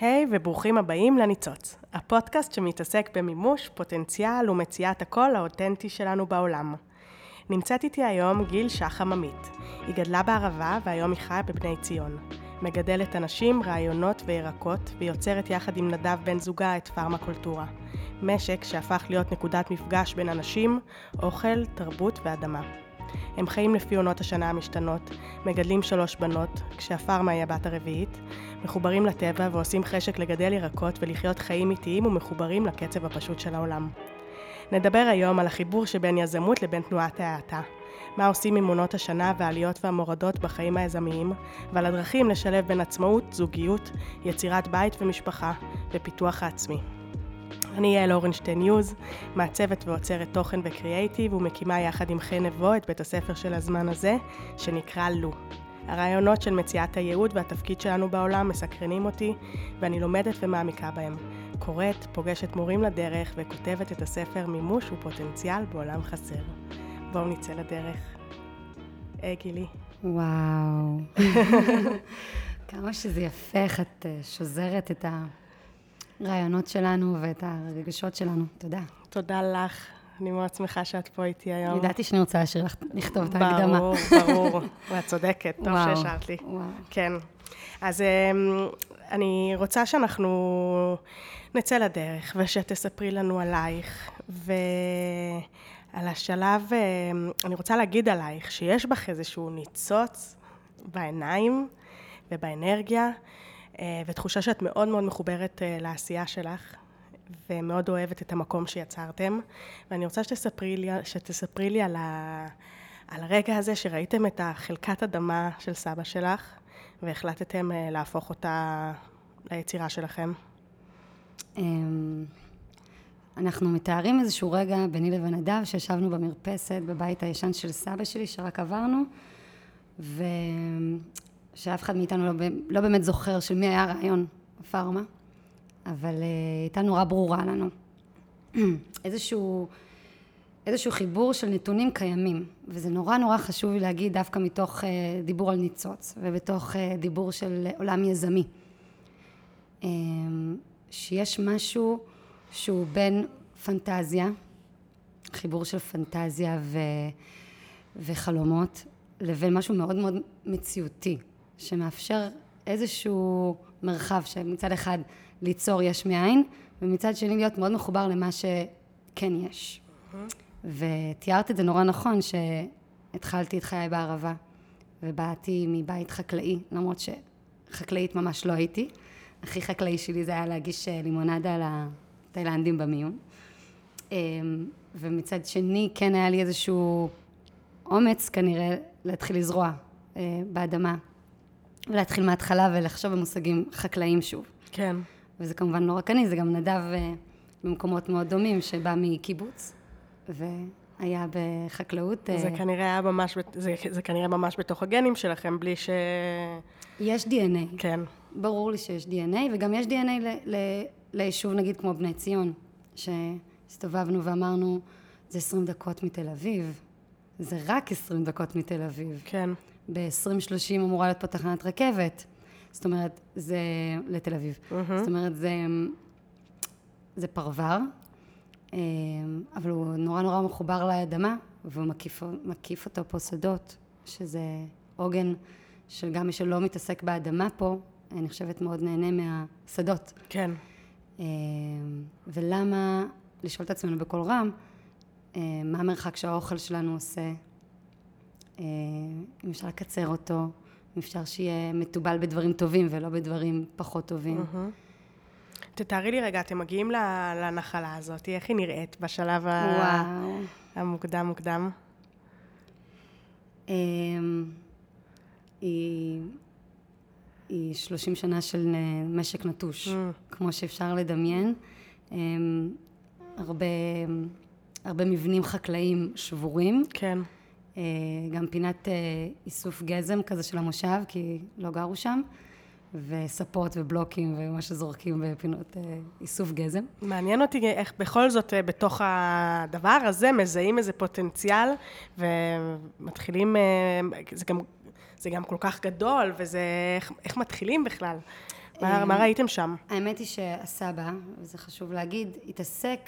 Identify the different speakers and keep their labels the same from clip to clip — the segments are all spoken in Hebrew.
Speaker 1: היי וברוכים הבאים לניצוץ, הפודקאסט שמתעסק במימוש, פוטנציאל ומציאת הקול האותנטי שלנו בעולם. נמצאת איתי היום גיל שחם עמית. היא גדלה בערבה והיום היא חיה בבני ציון. מגדלת אנשים, רעיונות וירקות ויוצרת יחד עם נדב בן זוגה את פארמה-קולטורה. משק שהפך להיות נקודת מפגש בין אנשים, אוכל, תרבות ואדמה. הם חיים לפי עונות השנה המשתנות, מגדלים 3 בנות, כשהפארמה היא הבת הרביעית, מחוברים לטבע ועושים חשק לגדל ירקות ולחיות חיים איטיים ומחוברים לקצב הפשוט של העולם. נדבר היום על החיבור שבין יזמות לבין תנועת ההאטה, מה עושים עם עונות השנה והעליות והמורדות בחיים היזמיים, ועל הדרכים לשלב בין עצמאות, זוגיות, יצירת בית ומשפחה ופיתוח העצמי. אני יעל אורנשטיין יוז, מעצבת ועוצרת תוכן וקריאייטיב ומקימה יחד עם חן נבו את בית הספר של הזמן הזה, שנקרא לו. הרעיונות של מציאת הייעוד והתפקיד שלנו בעולם מסקרנים אותי, ואני לומדת ומעמיקה בהם. קוראת, פוגשת מורים לדרך וכותבת את הספר מימוש ופוטנציאל בעולם חסר. בואו נצא לדרך. גילי.
Speaker 2: וואו. כמה שזה יפה איך את שוזרת את הרעיונות שלנו ואת הרגשות שלנו. תודה.
Speaker 1: תודה לך. אני מאוד שמחה שאת פה איתי היום.
Speaker 2: ידעתי שאני רוצה להשאיר לך לכתוב את ההקדמה.
Speaker 1: ברור. ואת צודקת. טוב שהשארת לי.
Speaker 2: וואו.
Speaker 1: כן. אז אני רוצה שאנחנו נצא לדרך ושתספרי לנו עלייך. ועל השלב, אני רוצה להגיד עלייך שיש בך איזשהו ניצוץ בעיניים ובאנרגיה, ותחושה שאת מאוד מאוד מחוברת לעשייה שלך. ומאוד אוהבת את המקום שיצרתם, ואני רוצה שתספרי לי על הרגע הזה שראיתם את החלקת אדמה של סבא שלך, והחלטתם להפוך אותה ליצירה שלכם.
Speaker 2: אנחנו מתארים איזשהו רגע ביני לבין נדב, שישבנו במרפסת בבית הישן של סבא שלי, שרק עברנו, ושאף אחד מאיתנו לא באמת זוכר של מי היה רעיון הפארמה. אבל הייתה נורא ברורה לנו. איזשהו חיבור של נתונים קיימים, וזה נורא נורא חשוב לי להגיד דווקא מתוך דיבור על ניצוץ, ובתוך דיבור של עולם יזמי. שיש משהו שהוא בין פנטזיה, חיבור של פנטזיה וחלומות, לבין משהו מאוד מאוד מציאותי, שמאפשר איזשהו מרחב שמצד אחד ליצור יש מאין, ומצד שני להיות מאוד מחובר למה שכן יש. ותיארת את זה נורא נכון, שהתחלתי את חיי בערבה, ובאתי מבית חקלאי, למרות שחקלאית ממש לא הייתי. הכי חקלאי שלי זה היה להגיש לימונדה לתאילנדים במיון. ומצד שני כן היה לי איזשהו אומץ כנראה להתחיל לזרוע באדמה, ולהתחיל מההתחלה ולחשוב במושגים חקלאיים שוב.
Speaker 1: כן.
Speaker 2: וזה כמובן לא רק אני, זה גם נדב במקומות מאוד דומים, שבא מקיבוץ, והיה בחקלאות.
Speaker 1: זה כנראה ממש בתוך הגנים שלכם, בלי ש...
Speaker 2: יש DNA.
Speaker 1: כן.
Speaker 2: ברור לי שיש DNA, וגם יש DNA ליישוב, נגיד, כמו בני ציון, שהסתובבנו ואמרנו, זה 20 דקות מתל אביב, זה רק 20 דקות מתל אביב.
Speaker 1: כן.
Speaker 2: ב-2030 אמורה להיות פה תחנת רכבת. זאת אומרת, זה לתל אביב. זאת אומרת, זה פרבר, אבל הוא נורא נורא מחובר לאדמה, והוא מקיף אותו פה שדות, שזה עוגן של גם מי שלא מתעסק באדמה פה, אני חושבת מאוד נהנה מהשדות.
Speaker 1: כן.
Speaker 2: ולמה, לשאול את עצמנו בכל רם, מה המרחק שהאוכל שלנו עושה, אם אפשר לקצר אותו, אם אפשר שיהיה מטובל בדברים טובים ולא בדברים פחות טובים.
Speaker 1: תתארי לי רגע, אתם מגיעים לנחלה הזאת, איך היא נראית בשלב המוקדם?
Speaker 2: היא 30 שנה של משק נטוש, כמו שאפשר לדמיין. הרבה מבנים חקלאיים שבורים.
Speaker 1: כן.
Speaker 2: גם פינת איסוף גזם כזה של המושב, כי לא גרו שם, וספות ובלוקים ומה שזורקים בפינות איסוף גזם.
Speaker 1: מעניין אותי איך בכל זאת בתוך הדבר הזה מזהים איזה פוטנציאל, ומתחילים, זה גם כל כך גדול, וזה איך מתחילים בכלל. מה ראיתם שם?
Speaker 2: האמת היא שהסבא, וזה חשוב להגיד, התעסק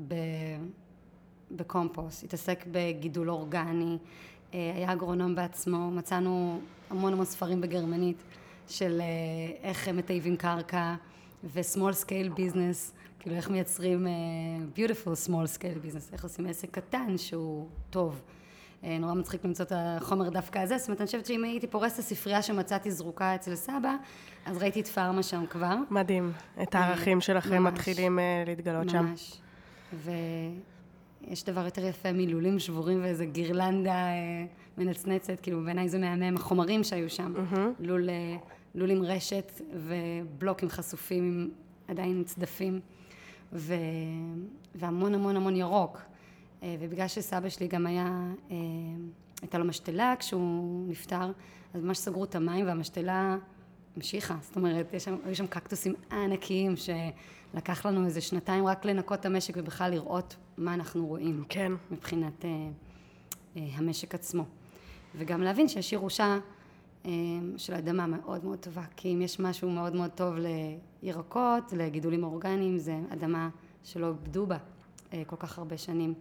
Speaker 2: בקומפוסט, התעסק בגידול אורגני, היה אגרונום בעצמו, מצאנו המון ספרים בגרמנית של איך הם מטייבים קרקע ו-small scale business, כאילו איך מייצרים beautiful small scale business, איך עושים עסק קטן שהוא טוב. נורא מצחיק למצוא את החומר דווקא הזה, זאת אומרת, אני חושבת שאם הייתי פורסת הספרייה שמצאתי זרוקה אצל סבא, אז ראיתי את פארמה שם כבר.
Speaker 1: מדהים, את הערכים שלכם מתחילים להתגלות שם.
Speaker 2: ממש. ויש דבר יותר יפה מלולים שבורים ואיזו גירלנדה מנצנצת, כאילו בעיניי זה מהמם, החומרים שהיו שם. לול עם רשת ובלוקים חשופים עם עדיין צדפים, והמון ירוק. ובגלל שסבא שלי גם הייתה לו משתלה כשהוא נפטר, אז ממש סגרו את המים והמשתלה המשיכה. זאת אומרת, היו שם קקטוסים ענקיים שלקח לנו איזה 2 רק לנקות את המשק ובכלל לראות מה אנחנו רואים.
Speaker 1: כן.
Speaker 2: מבחינת המשק עצמו. וגם להבין שיש ירושה של אדמה מאוד טובה, כי אם יש משהו מאוד טוב לירקות, לגידולים אורגניים, זה אדמה שלא עבדו בה כל כך הרבה שנים.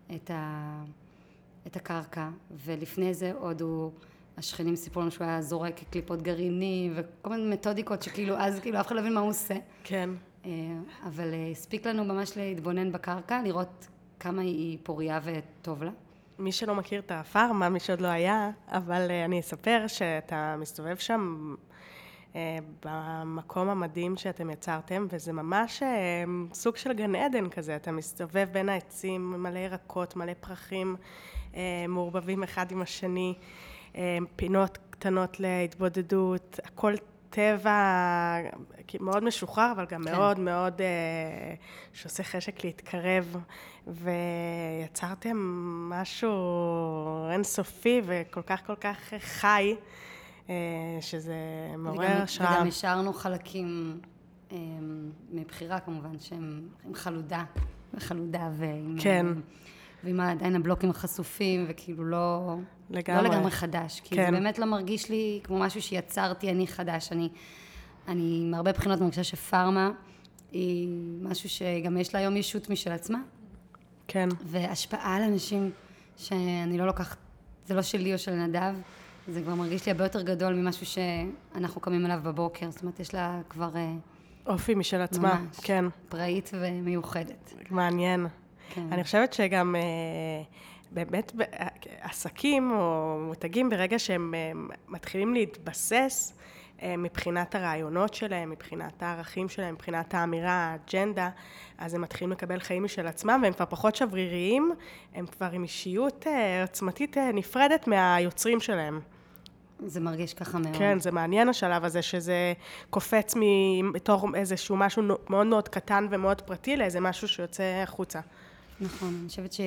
Speaker 2: את הקרקע, ולפני זה עוד השכנים סיפרו לנו שהוא היה זורק קליפות גרעיני, וכל מיני מתודיקות שכאילו אז כאילו אף אחד לא הבין מה הוא עושה.
Speaker 1: כן.
Speaker 2: אבל הספיק לנו ממש להתבונן בקרקע, לראות כמה היא פוריה וטוב לה.
Speaker 1: מי שלא מכיר את הפארמה, מי שעוד לא היה, אבל אני אספר שאתה מסתובב שם במקום המדהים שאתם יצרתם, וזה ממש סוג של גן עדן כזה, אתה מסתובב בין העצים, מלא ירקות, מלא פרחים, מעורבבים אחד עם השני, פינות קטנות להתבודדות, הכל טבע מאוד משוחרר, אבל גם כן. מאוד שעושה חשק להתקרב, ויצרתם משהו אינסופי וכל כך חי, שזה מעורר השראה.
Speaker 2: וגם השארנו חלקים מבחירה כמובן, שהם עם חלודה
Speaker 1: כן.
Speaker 2: ועם עדיין הבלוקים החשופים, וכאילו לא לגמרי חדש. כי זה באמת לא מרגיש לי כמו משהו שיצרתי אני חדש. אני מהרבה בחינות מרגישה שפארמה היא משהו שגם יש לה היום ישות משל עצמה.
Speaker 1: כן.
Speaker 2: והשפעה על אנשים שאני לא לוקחת, זה לא שלי או של נדב, זה כבר מרגיש לי הרבה יותר גדול ממשהו שאנחנו קמים אליו בבוקר. זאת אומרת, יש לה כבר
Speaker 1: אופי משל עצמה.
Speaker 2: ממש.
Speaker 1: כן.
Speaker 2: פראית ומיוחדת.
Speaker 1: מעניין.
Speaker 2: כן.
Speaker 1: אני חושבת שגם באמת עסקים או מותגים ברגע שהם מתחילים להתבסס מבחינת הרעיונות שלהם, מבחינת הערכים שלהם, מבחינת האמירה, האג'נדה, אז הם מתחילים לקבל חיים משל עצמם, והם כבר פחות שבריריים, הם כבר עם אישיות עוצמתית נפרדת מהיוצרים שלהם.
Speaker 2: זה מרגיש ככה מאוד.
Speaker 1: כן, זה מעניין השלב הזה, שזה קופץ מתור איזשהו משהו מאוד קטן ומאוד פרטי, לאיזה משהו שיוצא החוצה.
Speaker 2: נכון, אני חושבת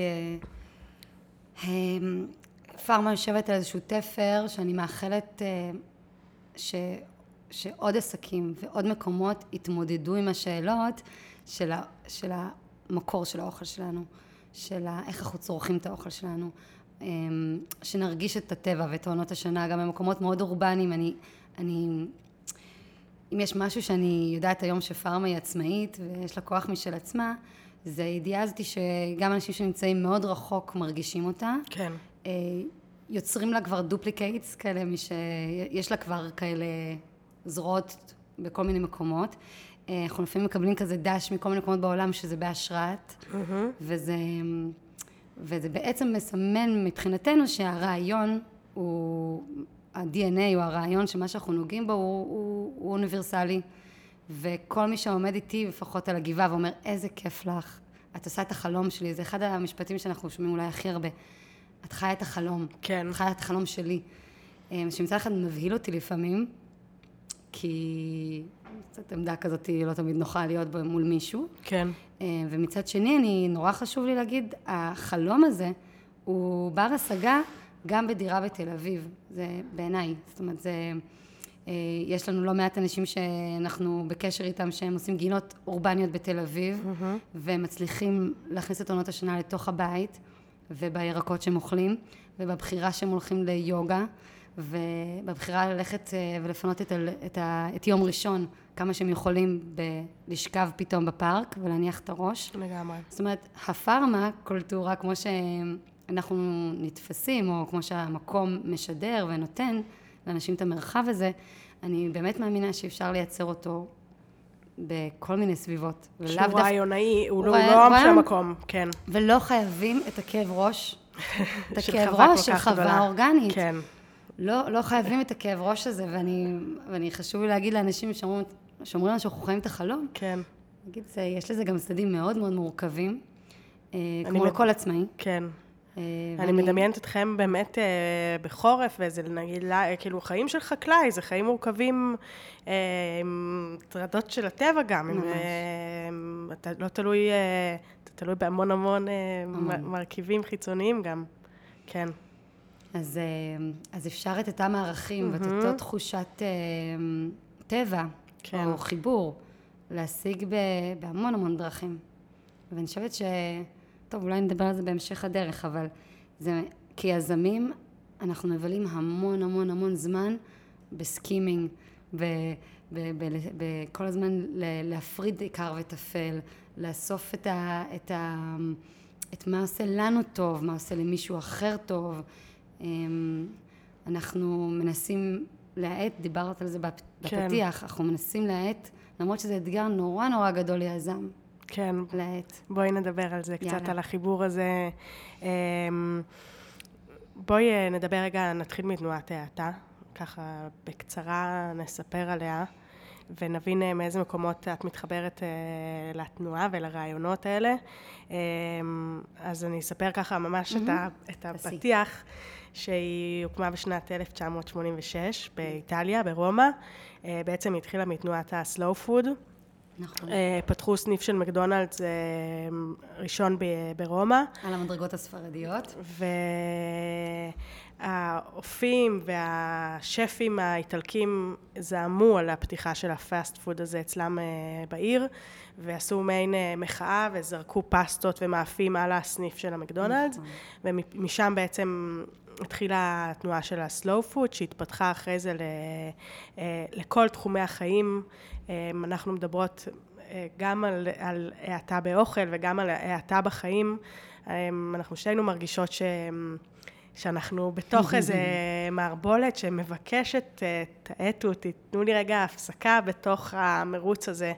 Speaker 2: פארמה יושבת על איזשהו תפר, שאני מאחלת שעוד עסקים ועוד מקומות יתמודדו עם השאלות של המקור של האוכל שלנו, של איך אנחנו צורכים את האוכל שלנו, שנרגיש את הטבע ואת עונות השנה, גם במקומות מאוד אורבניים. אם יש משהו שאני יודעת היום שפארמה היא עצמאית ויש לה כוח משל עצמה, זה הידיעה הזאת שגם אנשים שנמצאים מאוד רחוק מרגישים אותה.
Speaker 1: כן.
Speaker 2: יוצרים לה כבר דופליקייטס כאלה, יש לה כבר כאלה זרועות בכל מיני מקומות. אנחנו לפעמים מקבלים כזה דש מכל מיני מקומות בעולם שזה בהשראת, וזה בעצם מסמן מבחינתנו שהרעיון הוא, ה-DNA הוא הרעיון שמה שאנחנו נוגעים בו הוא אוניברסלי. וכל מי שעומד איתי לפחות על הגבעה ואומר, איזה כיף לך, את עושה את החלום שלי, זה אחד המשפטים שאנחנו שומעים אולי הכי הרבה. את חיה את החלום,
Speaker 1: כן.
Speaker 2: את חיה את החלום שלי. שמצד אחד מבהיל אותי לפעמים, כי קצת עמדה כזאת לא תמיד נוחה להיות מול מישהו.
Speaker 1: כן.
Speaker 2: ומצד שני, נורא חשוב לי להגיד, החלום הזה הוא בר השגה גם בדירה בתל אביב, זה בעיניי. זאת אומרת, יש לנו לא מעט אנשים שאנחנו בקשר איתם, שהם עושים גינות אורבניות בתל אביב, ומצליחים להכניס את עונות השנה לתוך הבית, ובירקות שהם אוכלים, ובבחירה שהם הולכים ליוגה, ובבחירה ללכת ולפנות את יום ראשון, כמה שהם יכולים לשכב פתאום בפארק ולהניח את הראש.
Speaker 1: לגמרי.
Speaker 2: זאת אומרת, הפארמה קולטורה, כמו שאנחנו נתפסים, או כמו שהמקום משדר ונותן לאנשים את המרחב הזה, אני באמת מאמינה שאפשר לייצר אותו בכל מיני סביבות.
Speaker 1: שהוא רעיונאי, הוא לא עם של המקום, כן.
Speaker 2: ולא חייבים את הכאב ראש, את הכאב ראש של חווה אורגנית.
Speaker 1: כן.
Speaker 2: לא חייבים את הכאב ראש הזה, ואני חשוב לי להגיד לאנשים שאומרים לנו שאנחנו חיים את החלום.
Speaker 1: כן.
Speaker 2: נגיד, יש לזה גם צדדים מאוד מאוד מורכבים, כמו לכל עצמאי.
Speaker 1: כן. אני מדמיינת אתכם באמת בחורף, וזה נגיד, כאילו חיים של חקלאי, זה חיים מורכבים עם טרדות של הטבע גם. אתה לא תלוי, אתה תלוי בהמון המון מרכיבים חיצוניים גם. כן.
Speaker 2: אז אפשר את אותם הערכים ואת אותו תחושת טבע או חיבור להשיג בהמון המון דרכים. ואני חושבת טוב, אולי נדבר על זה בהמשך הדרך, אבל זה, כיזמים, אנחנו מבלים המון המון המון זמן בסקימינג, בכל הזמן להפריד עיקר וטפל, לאסוף את מה עושה לנו טוב, מה עושה למישהו אחר טוב. אנחנו מנסים להעט, דיברת על זה בפתיח, אנחנו מנסים להעט, למרות שזה אתגר נורא נורא גדול ליזם.
Speaker 1: כן,
Speaker 2: להעט.
Speaker 1: בואי נדבר על זה קצת, על החיבור הזה. בואי נדבר רגע, נתחיל מתנועת האטה, ככה בקצרה נספר עליה, ונבין מאיזה מקומות את מתחברת לתנועה ולרעיונות האלה. אז אני אספר ככה ממש את הפתיח, שהיא הוקמה בשנת 1986 באיטליה, ברומא. בעצם היא התחילה מתנועת הסלואו פוד.
Speaker 2: נכון.
Speaker 1: פתחו סניף של מקדונלדס ראשון ברומא.
Speaker 2: על המדרגות הספרדיות.
Speaker 1: והאופים והשפים האיטלקים זעמו על הפתיחה של הפאסט פוד הזה אצלם בעיר, ועשו מעין מחאה וזרקו פסטות ומאפים על הסניף של המקדונלדס, ומשם בעצם התחילה התנועה של הסלואו פוד, שהתפתחה אחרי זה לכל תחומי החיים. אנחנו מדברות גם על האטה באוכל וגם על האטה בחיים. אנחנו שתינו מרגישות שאנחנו בתוך איזה מערבולת שמבקשת, תעטו, תתנו לי רגע הפסקה בתוך המרוץ הזה.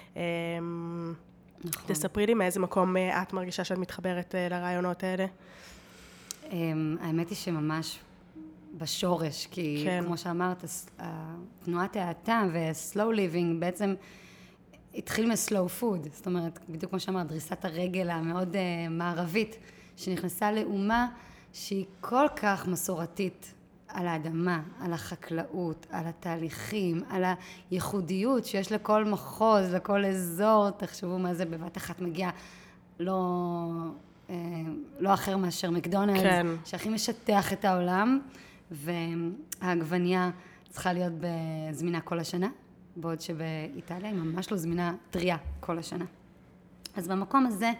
Speaker 1: תספרי לי מאיזה מקום את מרגישה שאת מתחברת לרעיונות האלה.
Speaker 2: האמת היא שממש בשורש, כי כמו שאמרת, תנועת האטה ו-slow living בעצם התחיל מ-slow food, זאת אומרת, בדיוק כמו שאמרת, דריסת הרגל המאוד מערבית, שנכנסה לאומה שהיא כל כך מסורתית על האדמה, על החקלאות, על התהליכים, על הייחודיות שיש לכל מחוז, לכל אזור, תחשבו מה זה בבת אחת מגיע, לא אחר מאשר מקדונלדס, שהכי משטח את העולם, והעגבניה צריכה להיות זמינה כל השנה, בעוד שבאיטליה היא ממש לא זמינה טריה כל השנה. אז במקום הזה,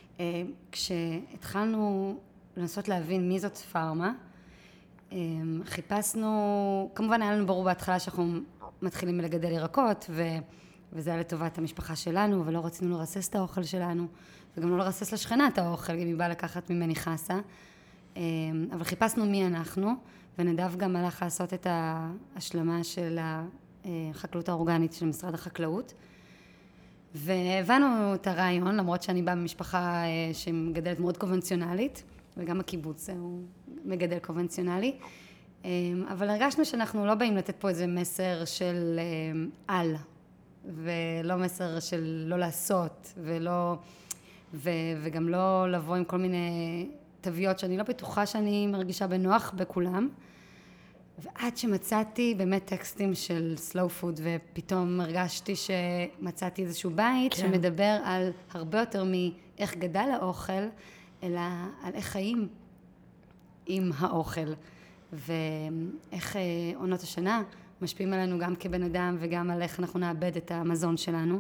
Speaker 2: כשהתחלנו לנסות להבין מי זאת פארמה, חיפשנו, כמובן היה לנו ברור בהתחלה שאנחנו מתחילים לגדל ירקות, וזה היה לטובת המשפחה שלנו, ולא רצינו לרסס את האוכל שלנו, וגם לא לרסס לשכנה את האוכל, אם היא באה לקחת ממני חסה. אבל חיפשנו מי אנחנו, ונדב גם הלך לעשות את ההשלמה של החקלאות האורגנית של משרד החקלאות. והבנו את הרעיון, למרות שאני באה ממשפחה שמגדלת מאוד קונבנציונלית, וגם הקיבוץ הוא מגדל קונבנציונלי, אבל הרגשנו שאנחנו לא באים לתת פה איזה מסר של על, ולא מסר של לא לעשות, וגם לא לבוא עם כל מיני תוויות שאני לא בטוחה שאני מרגישה בנוח בכולם. ועד שמצאתי באמת טקסטים של סלואו פוד, ופתאום הרגשתי שמצאתי איזשהו בית שמדבר על הרבה יותר מאיך גדל האוכל, אלא על איך חיים עם האוכל, ואיך עונות השנה משפיעים עלינו גם כבן אדם, וגם על איך אנחנו נאבד את המזון שלנו.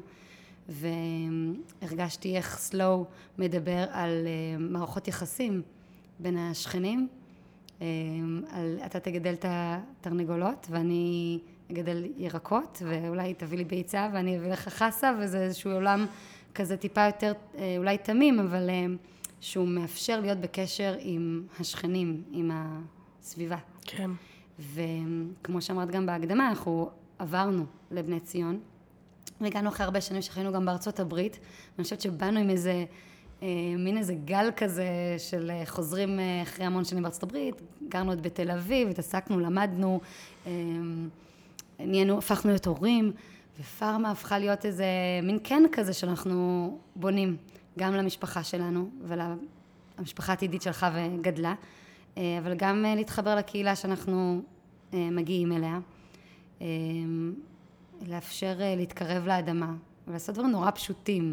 Speaker 2: והרגשתי איך סלואו מדבר על מערכות יחסים בין השכנים, אתה תגדל את התרנגולות ואני אגדל ירקות, ואולי תביא לי ביצה ואני אביא לך חסה, וזה איזשהו עולם כזה טיפה יותר אולי תמים, אבל שהוא מאפשר להיות בקשר עם השכנים, עם הסביבה.
Speaker 1: כן.
Speaker 2: וכמו שאמרת גם בהקדמה, אנחנו עברנו לבני ציון, והגענו אחרי הרבה שנים שחיינו גם בארצות הברית, ואני חושבת שבאנו עם איזה, מין איזה גל כזה של חוזרים אחרי המון שנים בארצות הברית, גרנו עוד בתל אביב, התעסקנו, למדנו, הפכנו להיות הורים, ופארמה הפכה להיות איזה מין קן כזה שאנחנו בונים, גם למשפחה שלנו ולמשפחה העתידית שלך וגדלה, אבל גם להתחבר לקהילה שאנחנו מגיעים אליה, לאפשר להתקרב לאדמה, ולעשות דברים נורא פשוטים,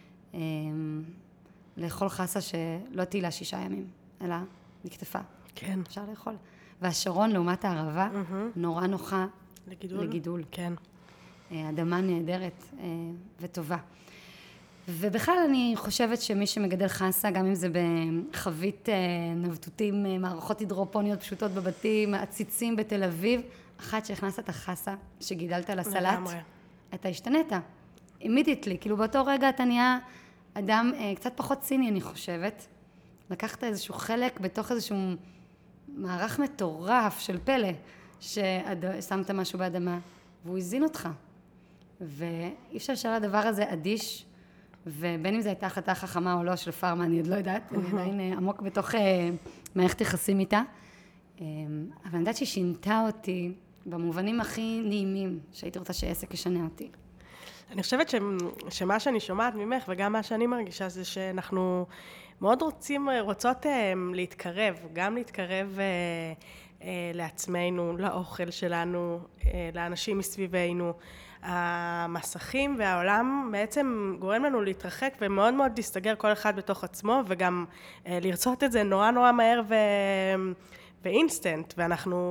Speaker 2: לאכול חסה שלא תהילה 6 ימים, אלא נקטפה.
Speaker 1: כן.
Speaker 2: אפשר לאכול. והשרון לעומת הערבה, נורא נוחה לגידול.
Speaker 1: כן.
Speaker 2: אדמה נהדרת וטובה. ובכלל אני חושבת שמי שמגדל חסה, גם אם זה בחבית נבטותים, מערכות הידרופוניות פשוטות בבתים, עציצים בתל אביב, אחת שהכנסת את החסה, שגידלת לסלט, אתה השתנית, immediately, כאילו באותו רגע אתה נהיה אדם קצת פחות ציני, אני חושבת. לקחת איזשהו חלק בתוך איזשהו מערך מטורף של פלא, ששמת משהו באדמה, והוא הזין אותך. ואי אפשר לשאול הדבר הזה אדיש, ובין אם זו הייתה החלטה חכמה או לא של פארמה, אני עוד לא יודעת, אני עדיין עמוק בתוך מערכת יחסים איתה. אבל אני יודעת שהיא שינתה אותי במובנים הכי נעימים, שהייתי רוצה שעסק ישנה אותי.
Speaker 1: אני חושבת שמה שאני שומעת ממך, וגם מה שאני מרגישה, זה שאנחנו מאוד רוצות להתקרב, גם להתקרב לעצמנו, לאוכל שלנו, לאנשים מסביבנו. המסכים והעולם בעצם גורם לנו להתרחק ומאוד מאוד להסתגר כל אחד בתוך עצמו, וגם לרצות את זה נורא נורא מהר ואינסטנט,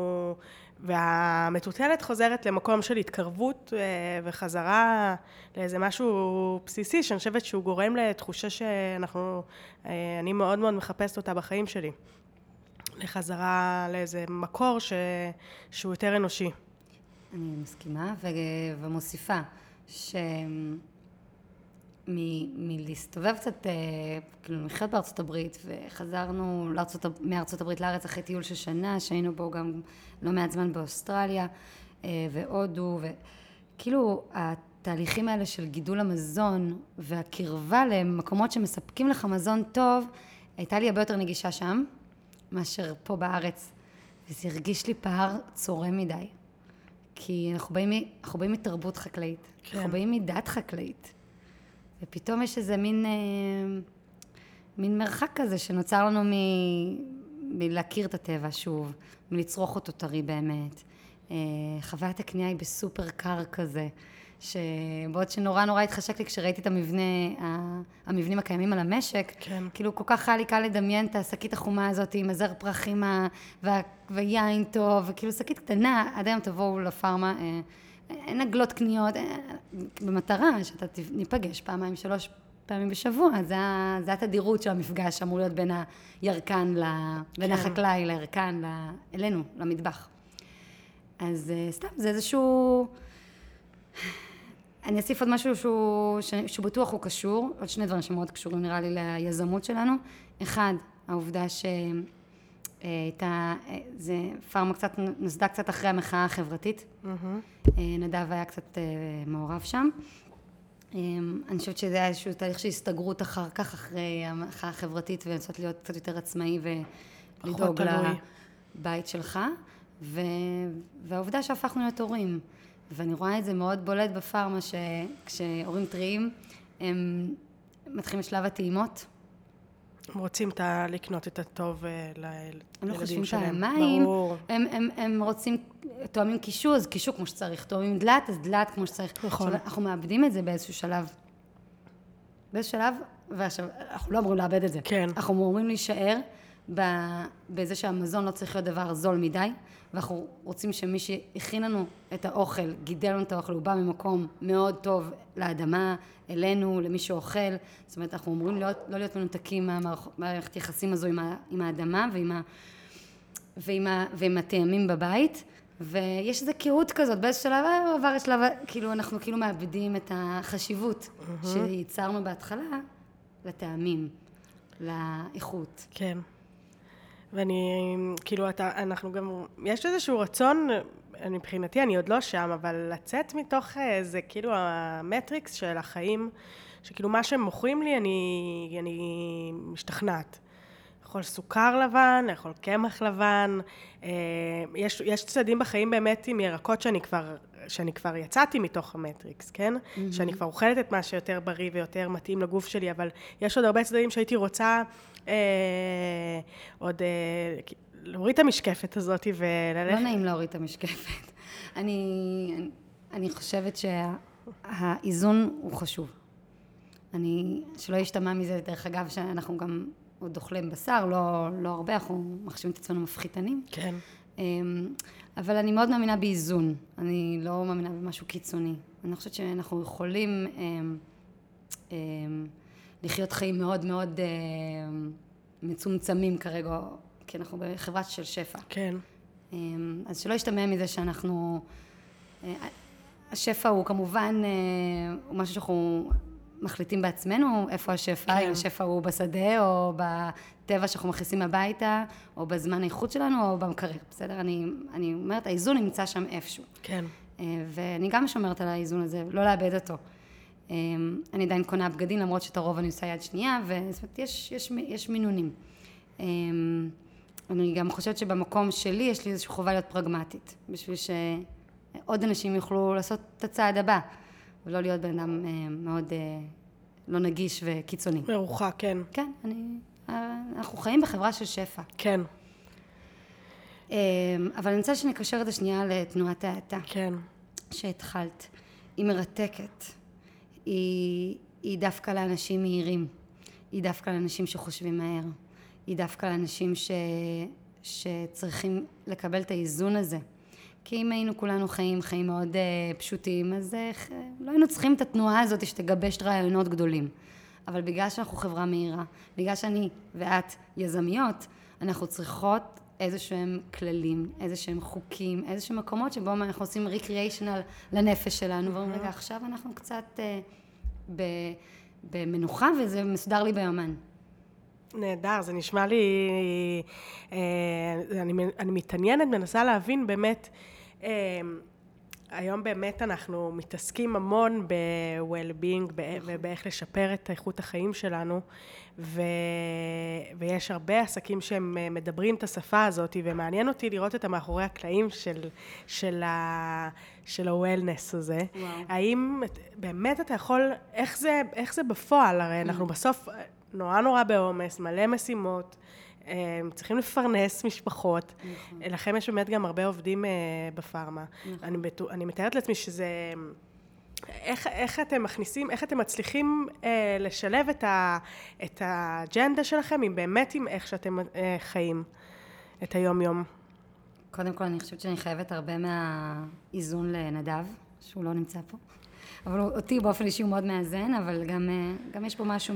Speaker 1: והמטוטלת חוזרת למקום של התקרבות וחזרה לאיזה משהו בסיסי, שאני חושבת שהוא גורם לתחושה אני מאוד מאוד מחפשת אותה בחיים שלי. לחזרה לאיזה מקור שהוא יותר אנושי.
Speaker 2: אני מסכימה ומוסיפה מלהסתובב קצת, כאילו לחיות בארצות הברית, וחזרנו מארצות הברית לארץ אחרי טיול של שנה, שהיינו בו גם לא מעט זמן באוסטרליה והודו, וכאילו התהליכים האלה של גידול המזון והקרבה למקומות שמספקים לך מזון טוב, הייתה לי הרבה יותר נגישה שם, מאשר פה בארץ, וזה הרגיש לי פער צורם מדי. כי אנחנו באים מתרבות חקלאית, כן. אנחנו באים מדת חקלאית, ופתאום יש איזה מין מרחק כזה שנוצר לנו מלהכיר את הטבע שוב, מלצרוך אותו טרי באמת. חוויית הקנייה היא בסופר קר כזה, שבעוד שנורא נורא התחשק לי כשראיתי את המבנים הקיימים על המשק, כן. כאילו כל כך היה לי קל לדמיין את השקית החומה הזאת עם הזר פרחים ויין טוב, וכאילו שקית קטנה, עד היום תבואו לפארמה, אין עגלות קניות, במטרה שאתה ניפגש 2-3 פעמים בשבוע, זה התדירות של המפגש אמור להיות בין הירקן, בין החקלאי לירקן, אלינו, למטבח. אז סתם, זה איזשהו... אני אוסיף עוד משהו שהוא בטוח הוא קשור, עוד 2 דברים שמאוד קשורים נראה לי ליזמות שלנו. אחד, העובדה שהייתה, זה פארמה קצת, נוסדה קצת אחרי המחאה החברתית. נדב היה קצת מעורב שם. אני חושבת שזה היה איזשהו תהליך של הסתגרות אחר כך, אחרי המחאה החברתית, ולנסות להיות קצת יותר עצמאי ולדאוג לבית שלך. והעובדה שהפכנו להיות הורים. ואני רואה את זה מאוד בולט בפארמה, שכשהורים טריים, הם מתחילים לשלב הטעימות.
Speaker 1: הם רוצים לקנות את הטוב לילדים שלהם.
Speaker 2: הם לא חושבים את המים, הם רוצים, תואמים קישור, אז קישור כמו שצריך, תואמים דלת, אז דלת כמו שצריך.
Speaker 1: נכון.
Speaker 2: אנחנו מאבדים את זה באיזשהו שלב. באיזשהו שלב, ועכשיו, אנחנו לא אמורים לאבד את זה.
Speaker 1: כן.
Speaker 2: אנחנו אמורים להישאר בזה שהמזון לא צריך להיות דבר זול מדי, ואנחנו רוצים שמי שהכין לנו את האוכל, גידל לנו את האוכל, הוא בא ממקום מאוד טוב לאדמה, אלינו, למי שאוכל. זאת אומרת, אנחנו אומרים לא להיות מנותקים מהמערכת יחסים הזו עם האדמה ועם הטעמים בבית, ויש איזו קהות כזאת, באיזשהו שלב, עבר שלב, כאילו אנחנו כאילו מאבדים את החשיבות שייצרנו בהתחלה לטעמים, לאיכות.
Speaker 1: כן. ואני, כאילו, אנחנו גם, יש איזשהו רצון, מבחינתי, אני עוד לא שם, אבל לצאת מתוך זה, כאילו, המטריקס של החיים, שכאילו מה שהם מוכרים לי, אני משתכנעת. לאכול סוכר לבן, לאכול קמח לבן, יש צעדים בחיים באמת עם ירקות שאני כבר יצאתי מתוך המטריקס, כן? שאני כבר אוכלת את מה שיותר בריא ויותר מתאים לגוף שלי, אבל יש עוד הרבה צדדים שהייתי רוצה עוד להוריד את המשקפת הזאת וללכת.
Speaker 2: לא נעים להוריד את המשקפת. אני חושבת שהאיזון הוא חשוב. שלא ישתמע מזה, דרך אגב, שאנחנו גם עוד אוכלים בשר, לא הרבה, אנחנו מחשיבים את עצמנו מפחיתנים.
Speaker 1: כן.
Speaker 2: אבל אני מאוד מאמינה באיזון. אני לא מאמינה במשהו קיצוני. אני חושבת שאנחנו יכולים לחיות חיים מאוד מאוד מצומצמים כרגע, כי אנחנו בחברה של שפע.
Speaker 1: כן.
Speaker 2: אז שלא ישתמע מזה שאנחנו... השפע הוא כמובן הוא משהו שאנחנו מחליטים בעצמנו, איפה השפע, אם השפע הוא בשדה או בטבע שאנחנו מכניסים הביתה, או בזמן האיכות שלנו, או במקרר, בסדר? אני אומרת, האיזון נמצא שם איפשהו.
Speaker 1: כן.
Speaker 2: ואני גם שומרת על האיזון הזה, לא לאבד אותו. אני עדיין קונה בגדים, למרות שאת הרוב אני עושה יד שנייה, וזאת אומרת, יש מינונים. אני גם חושבת שבמקום שלי יש לי איזושהי חובה להיות פרגמטית, בשביל שעוד אנשים יוכלו לעשות את הצעד הבא, ולא להיות בן אדם מאוד לא נגיש וקיצוני.
Speaker 1: מרוחה, כן.
Speaker 2: כן, אנחנו חיים בחברה של שפע.
Speaker 1: כן.
Speaker 2: אבל אני רוצה שנקשר את השנייה לתנועת האטה.
Speaker 1: כן.
Speaker 2: שהתחלת. היא מרתקת. היא דווקא לאנשים מהירים. היא דווקא לאנשים שחושבים מהר. היא דווקא לאנשים שצריכים לקבל את האיזון הזה. כי אם היינו כולנו חיים מאוד פשוטים, אז לא היינו צריכים את התנועה הזאת שתגבש רעיונות גדולים. אבל בגלל שאנחנו חברה מהירה, בגלל שאני ואת יזמיות, אנחנו צריכות איזשהם כללים, איזשהם חוקים, איזשהם מקומות שבו אנחנו עושים recreational לנפש שלנו, ואומרים, רגע, עכשיו אנחנו קצת במנוחה, וזה מסודר לי ביומן.
Speaker 1: נהדר, זה נשמע לי, אני מתעניינת, מנסה להבין באמת, היום באמת אנחנו מתעסקים המון ב-well-being ובאיך לשפר את איכות החיים שלנו, ויש הרבה עסקים שהם מדברים את השפה הזאת, ומעניין אותי לראות את המאחורי הקלעים של ה-wellness הזה. וואו. האם באמת אתה יכול, איך זה בפועל? הרי אנחנו בסוף נורא בעומס, מלא משימות, צריכים לפרנס משפחות, לכם יש באמת גם הרבה עובדים בפארמה. אני מתארת לעצמי שזה, איך אתם מכניסים, איך אתם מצליחים לשלב את האג'נדה שלכם, עם באמת עם איך שאתם חיים את היום-יום?
Speaker 2: קודם כל, אני חושבת שאני חייבת הרבה מהאיזון לנדב, שהוא לא נמצא פה. אבל אותי באופן אישי הוא מאוד מאזן, אבל גם יש פה משהו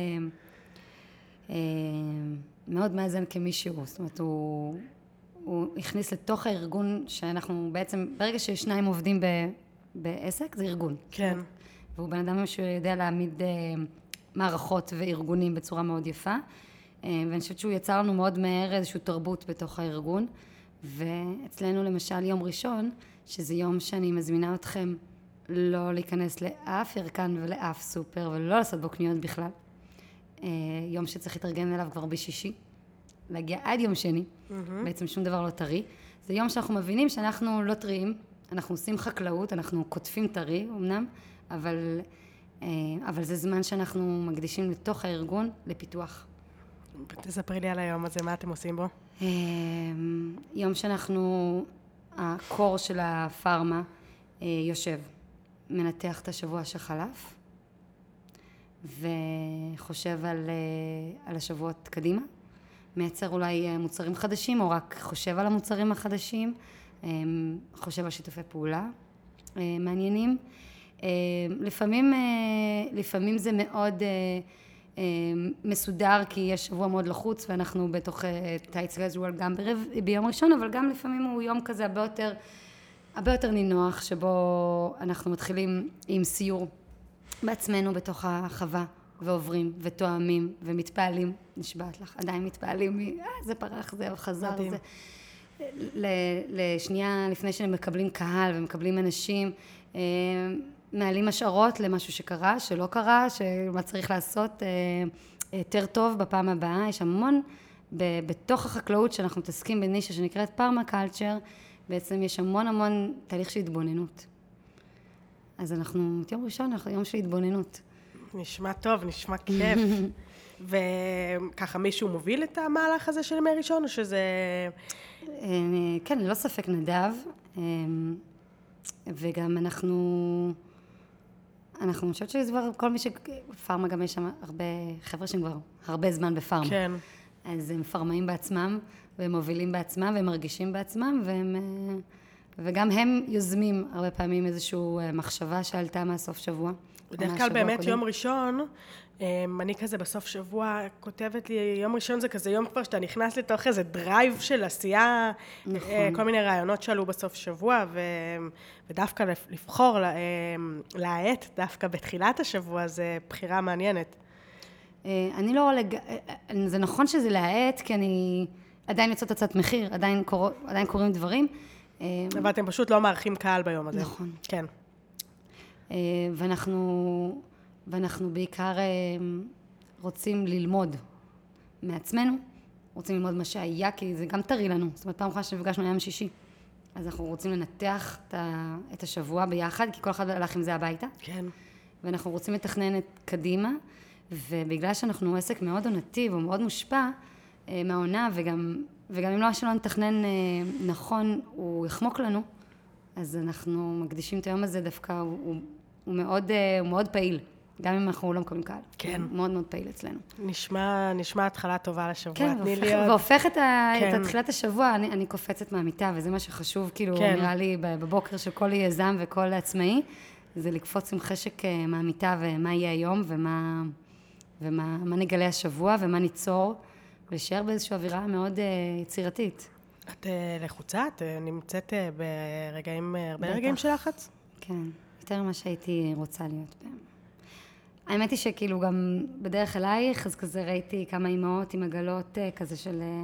Speaker 2: מאוד מאזן כמישהו. זאת אומרת, הוא הכניס לתוך הארגון שאנחנו בעצם, ברגע ששניים עובדים בעסק, זה ארגון.
Speaker 1: כן.
Speaker 2: והוא בן אדם שיודע להעמיד מערכות וארגונים בצורה מאוד יפה. ואני חושבת שהוא יצר לנו מאוד מהר איזושהי תרבות בתוך הארגון. ואצלנו למשל יום ראשון, שזה יום שאני מזמינה אתכם לא להיכנס לאף ירקן ולאף סופר, ולא לעשות בו קניות בכלל. יום שצריך להתארגן אליו כבר בשישי, להגיע עד יום שני, בעצם שום דבר לא טרי. זה יום שאנחנו מבינים שאנחנו לא טריים, אנחנו עושים חקלאות, אנחנו כותפים טרי אמנם, אבל זה זמן שאנחנו מקדישים לתוך הארגון לפיתוח.
Speaker 1: תספרי לי על היום הזה, מה אתם עושים בו?
Speaker 2: יום שאנחנו, הקור של הפארמה יושב, מנתח את השבוע שחלף, וחושב על השבועות קדימה, מייצר אולי מוצרים חדשים, או רק חושב על המוצרים החדשים, חושב על שיתופי פעולה מעניינים. לפעמים זה מאוד מסודר, כי יש שבוע מאוד לחוץ, ואנחנו בתוך טייט סקייג'ואל גם ביום ראשון, אבל גם לפעמים הוא יום כזה הרבה יותר נינוח, שבו אנחנו מתחילים עם סיור בעצמנו בתוך החווה, ועוברים, ותואמים, ומתפעלים, נשבעת לך, עדיין מתפעלים, זה פרח, זה חזר, זה... לשנייה לפני שהם מקבלים קהל ומקבלים אנשים, מעלים השערות למשהו שקרה, שלא קרה, שמה צריך לעשות יותר טוב בפעם הבאה. יש המון, בתוך החקלאות שאנחנו מתעסקים בנישה שנקראת פרמקלצ'ר, בעצם יש המון תהליך של התבוננות. אז אנחנו, יום ראשון, אנחנו יום של התבוננות.
Speaker 1: נשמע טוב, נשמע כיף. וככה מישהו מוביל את המהלך הזה של ימי ראשון, או שזה...
Speaker 2: כן, ללא ספק נדב, וגם אני חושבת שזה כבר, כל מי פארמה גם יש שם הרבה חבר'ה שהם כבר הרבה זמן בפארמה.
Speaker 1: כן.
Speaker 2: אז הם פארמאים בעצמם, והם מובילים בעצמם, והם מרגישים בעצמם, וגם הם יוזמים הרבה פעמים איזושהי מחשבה שעלתה מהסוף שבוע.
Speaker 1: בדרך כלל באמת יום ראשון, אני כזה בסוף שבוע כותבת לי, יום ראשון זה כזה יום כבר שאתה נכנס לתוך איזה דרייב של עשייה, נכון. כל מיני רעיונות שעלו בסוף שבוע, ודווקא לבחור להעט דווקא בתחילת השבוע, זה בחירה מעניינת.
Speaker 2: אני לא... זה נכון שזה להעט, כי אני עדיין יוצאת הצעת מחיר, עדיין קוראים דברים.
Speaker 1: אבל אתם פשוט לא מארחים קהל ביום הזה.
Speaker 2: נכון.
Speaker 1: כן.
Speaker 2: ואנחנו בעיקר רוצים ללמוד מעצמנו, רוצים ללמוד מה שהיה, כי זה גם טרי לנו. זאת אומרת, פעם אחת שנפגשנו היום שישי, אז אנחנו רוצים לנתח את השבוע ביחד, כי כל אחד הלך עם זה הביתה.
Speaker 1: כן.
Speaker 2: ואנחנו רוצים לתכנן את קדימה, ובגלל שאנחנו עסק מאוד עונתי ומאוד מושפע מהעונה, וגם אם לא שלא נתכנן נכון, הוא יחמוק לנו, אז אנחנו מקדישים את היום הזה דווקא, הוא מאוד פעיל, גם אם אנחנו לא מקבלים קהל.
Speaker 1: כן.
Speaker 2: הוא מאוד מאוד פעיל אצלנו.
Speaker 1: נשמע התחלה טובה לשבוע.
Speaker 2: כן, והופך את תחילת השבוע, אני קופצת מהמיטה, וזה מה שחשוב, כאילו, נראה לי בבוקר של כל יזם וכל עצמאי, זה לקפוץ עם חשק מהמיטה, ומה יהיה היום, ומה נגלה השבוע, ומה ניצור, ולהישאר באיזושהי אווירה מאוד יצירתית.
Speaker 1: את לחוצה? את נמצאת הרבה רגעים של לחץ?
Speaker 2: כן, יותר ממה שהייתי רוצה להיות בהם. האמת היא שכאילו גם בדרך אלייך, אז כזה ראיתי כמה אימהות עם עגלות כזה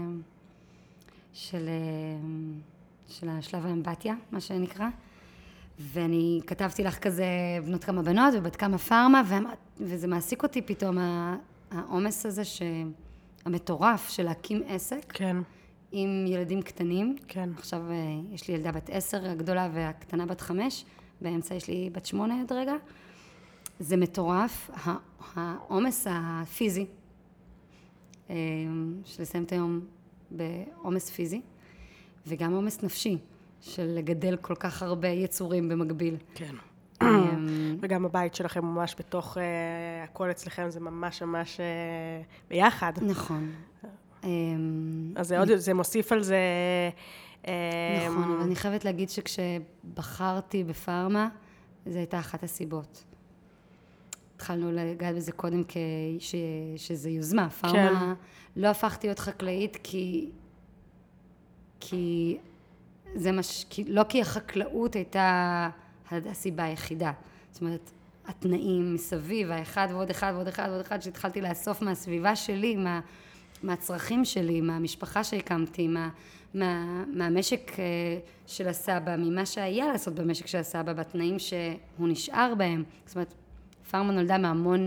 Speaker 2: של השלב האמבטיה, מה שנקרא, ואני כתבתי לך כזה בנות כמה בנות ובת כמה פארמה, וזה מעסיק אותי פתאום העומס הזה המטורף של להקים עסק.
Speaker 1: כן.
Speaker 2: עם ילדים קטנים.
Speaker 1: כן.
Speaker 2: עכשיו יש לי ילדה בת 10, הגדולה והקטנה בת 5, באמצע יש לי בת 8 עד רגע. זה מטורף, העומס הפיזי, של לסיים את היום בעומס פיזי, וגם עומס נפשי, של לגדל כל כך הרבה יצורים במקביל.
Speaker 1: כן. וגם הבית שלכם ממש בתוך, הכל אצלכם זה ממש ביחד.
Speaker 2: נכון.
Speaker 1: אז זה מוסיף על זה...
Speaker 2: נכון, אבל אני חייבת להגיד שכשבחרתי בפארמה, זו הייתה אחת הסיבות. התחלנו לגעת בזה קודם שזה יוזמה. פארמה, לא הפכתי להיות חקלאית לא כי החקלאות הייתה הסיבה היחידה. זאת אומרת, התנאים מסביב, האחד ועוד אחד ועוד אחד ועוד אחד, שהתחלתי לאסוף מהסביבה שלי, מהצרכים שלי, מהמשפחה שהקמתי, מהמשק של הסבא, ממה שהיה לעשות במשק של הסבא, בתנאים שהוא נשאר בהם. זאת אומרת, פארמה נולדה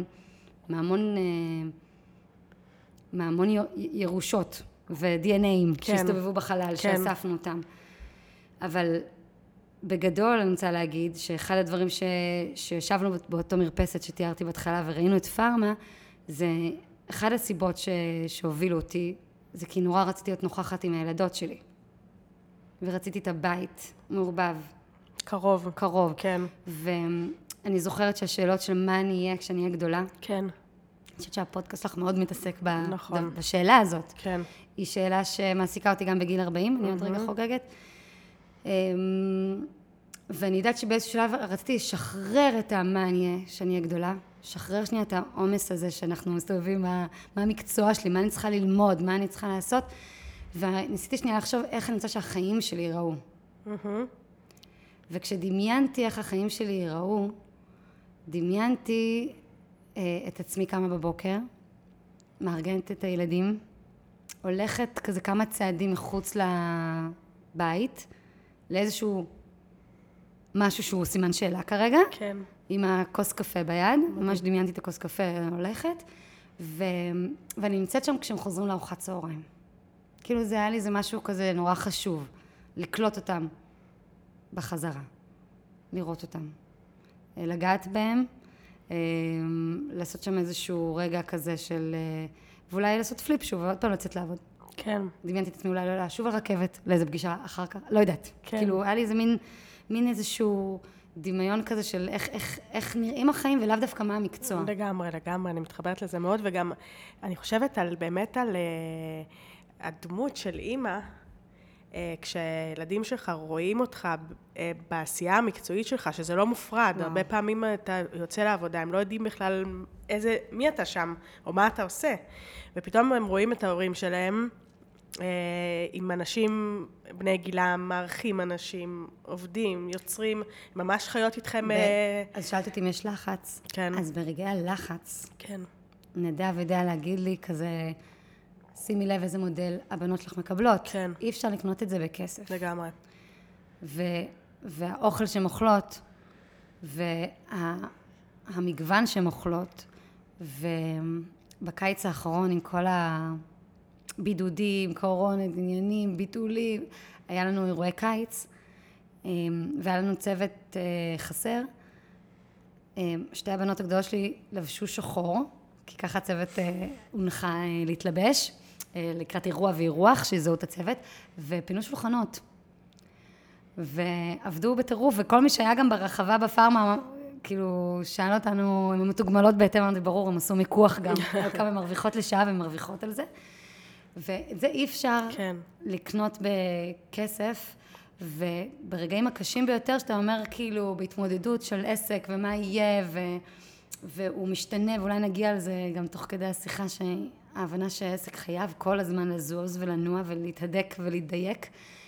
Speaker 2: מהמון ירושות ו-DNA'ים שהסתובבו בחלל, שאספנו אותם. אבל בגדול אני רוצה להגיד שאחד הדברים שישבנו באותו מרפסת שתיארתי בהתחלה וראינו את פארמה, זה אחד הסיבות שהובילו אותי, זה כי נורא רציתי להיות נוכחת עם הילדות שלי. ורציתי את הבית מעורבב. קרוב.
Speaker 1: כן.
Speaker 2: ואני זוכרת שהשאלות של מה אני אהיה כשאני אהיה גדולה.
Speaker 1: כן.
Speaker 2: אני חושבת שהפודקאסט שלך מאוד מתעסק
Speaker 1: נכון.
Speaker 2: בשאלה הזאת.
Speaker 1: כן.
Speaker 2: היא שאלה שמעסיקה אותי גם בגיל 40, אני עוד רגע חוגגת. ואני יודעת שבאיזשהו שלב רציתי לשחרר את מה אני אהיה, שאני אהיה גדולה, לשחרר שנייה את העומס הזה שאנחנו מסתובבים, מה המקצוע שלי, מה אני צריכה ללמוד, מה אני צריכה לעשות, וניסיתי שנייה לחשוב איך אני רוצה שהחיים שלי ייראו. וכשדמיינתי איך החיים שלי ייראו, דמיינתי את עצמי קמה בבוקר, מארגנת את הילדים, הולכת כזה כמה צעדים מחוץ לבית, לאיזשהו משהו שהוא סימן שאלה כרגע,
Speaker 1: כן.
Speaker 2: עם הכוס קפה ביד, ממש דמיינתי את הכוס קפה הולכת, ואני נמצאת שם כשהם חוזרים לארוחת צהריים. כאילו זה היה לי, זה משהו כזה נורא חשוב, לקלוט אותם בחזרה, לראות אותם, לגעת בהם, לעשות שם איזשהו רגע כזה של, ואולי לעשות פליפ שוב, ועוד פעם לצאת לעבוד.
Speaker 1: כן.
Speaker 2: דמיינתי את עצמי אולי לא לשוב על רכבת, לאיזה פגישה אחר כך, לא יודעת.
Speaker 1: כן.
Speaker 2: כאילו, היה לי איזה מין איזשהו דמיון כזה של איך נראים החיים, ולאו דווקא מה המקצוע.
Speaker 1: לגמרי, אני מתחברת לזה מאוד, וגם אני חושבת באמת על הדמות של אימא, כשילדים שלך רואים אותך בעשייה המקצועית שלך, שזה לא מופרד, הרבה פעמים אתה יוצא לעבודה, הם לא יודעים בכלל מי אתה שם, או מה אתה עושה, ופתאום הם רואים את ההורים שלהם, עם אנשים בני גילם, מערכים אנשים, עובדים, יוצרים, ממש חיות איתכם.
Speaker 2: אז שאלת אותי אם יש לחץ.
Speaker 1: כן.
Speaker 2: אז ברגעי הלחץ,
Speaker 1: כן.
Speaker 2: נדב יודע להגיד לי כזה, שימי לב איזה מודל הבנות שלך מקבלות.
Speaker 1: כן.
Speaker 2: אי אפשר לקנות את זה בכסף.
Speaker 1: לגמרי.
Speaker 2: והאוכל שהן אוכלות, והמגוון שהן אוכלות, ובקיץ האחרון עם כל הבידודים, קורונה, עניינים, ביטולים, היה לנו אירועי קיץ, והיה לנו צוות חסר. שתי הבנות הגדולות שלי לבשו שחור, כי ככה הצוות הונחה להתלבש, לקראת אירוע ואירוח, שיזהו את הצוות, ופינו שולחנות. ועבדו בטירוף, וכל מי שהיה גם ברחבה בפארמה, כאילו, שאל אותנו, אם הן מתוגמלות בהתאם, אמרתי, ברור, הם עשו מיקוח גם, על כמה הן מרוויחות לשעה, והן מרוויחות על זה. ואת זה אי אפשר לקנות בכסף, וברגעים הקשים ביותר, שאתה אומר, כאילו, בהתמודדות של עסק, ומה יהיה, והוא משתנה, ואולי נגיע על זה גם תוך כדי השיחה, שההבנה שהעסק חייב כל הזמן לזוז ולנוע ולהתהדק ולהתדייק.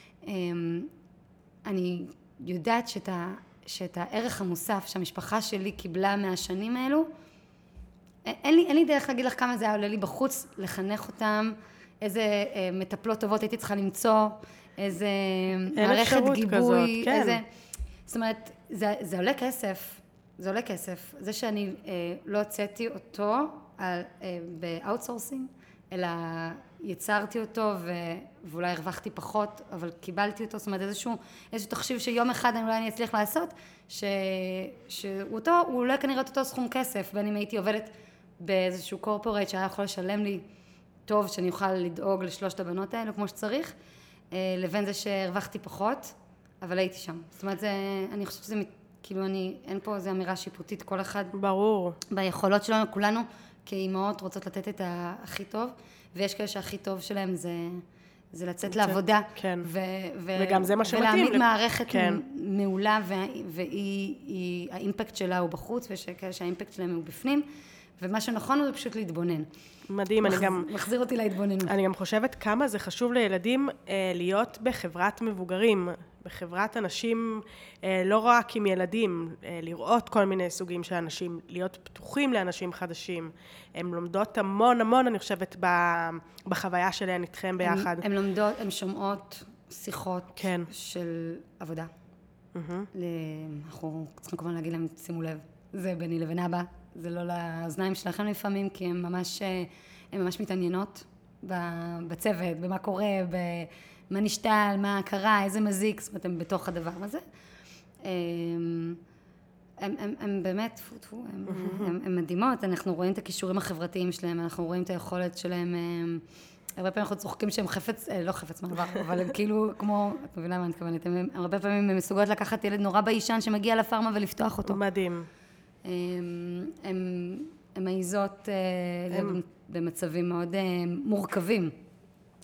Speaker 2: אני יודעת שאת הערך המוסף שהמשפחה שלי קיבלה מהשנים האלו, אין לי דרך להגיד לך כמה זה היה עולה לי בחוץ, לחנך אותם, איזה מטפלות טובות הייתי צריכה למצוא, איזה מערכת גיבוי,
Speaker 1: כזאת, כן.
Speaker 2: איזה... זאת אומרת, זה עולה כסף, זה עולה כסף. זה שאני לא הוצאתי אותו באוטסורסינג, אלא יצרתי אותו ואולי הרווחתי פחות, אבל קיבלתי אותו, זאת אומרת איזשהו תחשיב שיום אחד אולי אני אצליח לעשות, שהוא לא כנראה את אותו סכום כסף, בין אם הייתי עובדת באיזשהו קורפורט שהיה יכול לשלם לי טוב, שאני אוכל לדאוג לשלושת הבנות האלו כמו שצריך, לבין זה שהרווחתי פחות, אבל הייתי שם. זאת אומרת, אני חושבת שזה, כאילו אין פה איזו אמירה שיפוטית, כל אחד...
Speaker 1: ברור.
Speaker 2: ביכולות שלנו, כולנו כאימהות רוצות לתת את הכי טוב, ויש כאלה שהכי טוב שלהם זה לצאת לעבודה.
Speaker 1: כן. וגם זה מה שמתאים.
Speaker 2: ולהעמיד מערכת מעולה, והאימפקט שלה הוא בחוץ, וכאלה שהאימפקט שלהם הוא בפנים, ומה שנכון הוא פשוט להתבונן.
Speaker 1: מדהים, אני גם...
Speaker 2: מחזיר אותי להתבוננות.
Speaker 1: אני גם חושבת כמה זה חשוב לילדים להיות בחברת מבוגרים, בחברת אנשים, לא רק עם ילדים, לראות כל מיני סוגים של אנשים, להיות פתוחים לאנשים חדשים. הן לומדות המון, אני חושבת, בחוויה שלהן איתכם ביחד.
Speaker 2: הן לומדות, הן שומעות שיחות
Speaker 1: כן.
Speaker 2: של עבודה. אנחנו צריכים כמובן להגיד להם, שימו לב, זה ביני לבין אבא, זה לא לאוזניים שלכם לפעמים, כי הן ממש מתעניינות בצוות, במה קורה, מה נשתל, מה קרה, איזה מזיק, זאת אומרת, הם בתוך הדבר הזה. הם באמת, הם מדהימות, אנחנו רואים את הכישורים החברתיים שלהם, אנחנו רואים את היכולת שלהם, הרבה פעמים אנחנו צוחקים שהם לא חפץ מעבר, אבל הם כאילו, כמו, את מבינה מה אני מתכוונת, הרבה פעמים הם מסוגלות לקחת ילד נורא בישן שמגיע לפארמה ולפתוח אותו.
Speaker 1: מדהים.
Speaker 2: הם מעיזות במצבים מאוד מורכבים.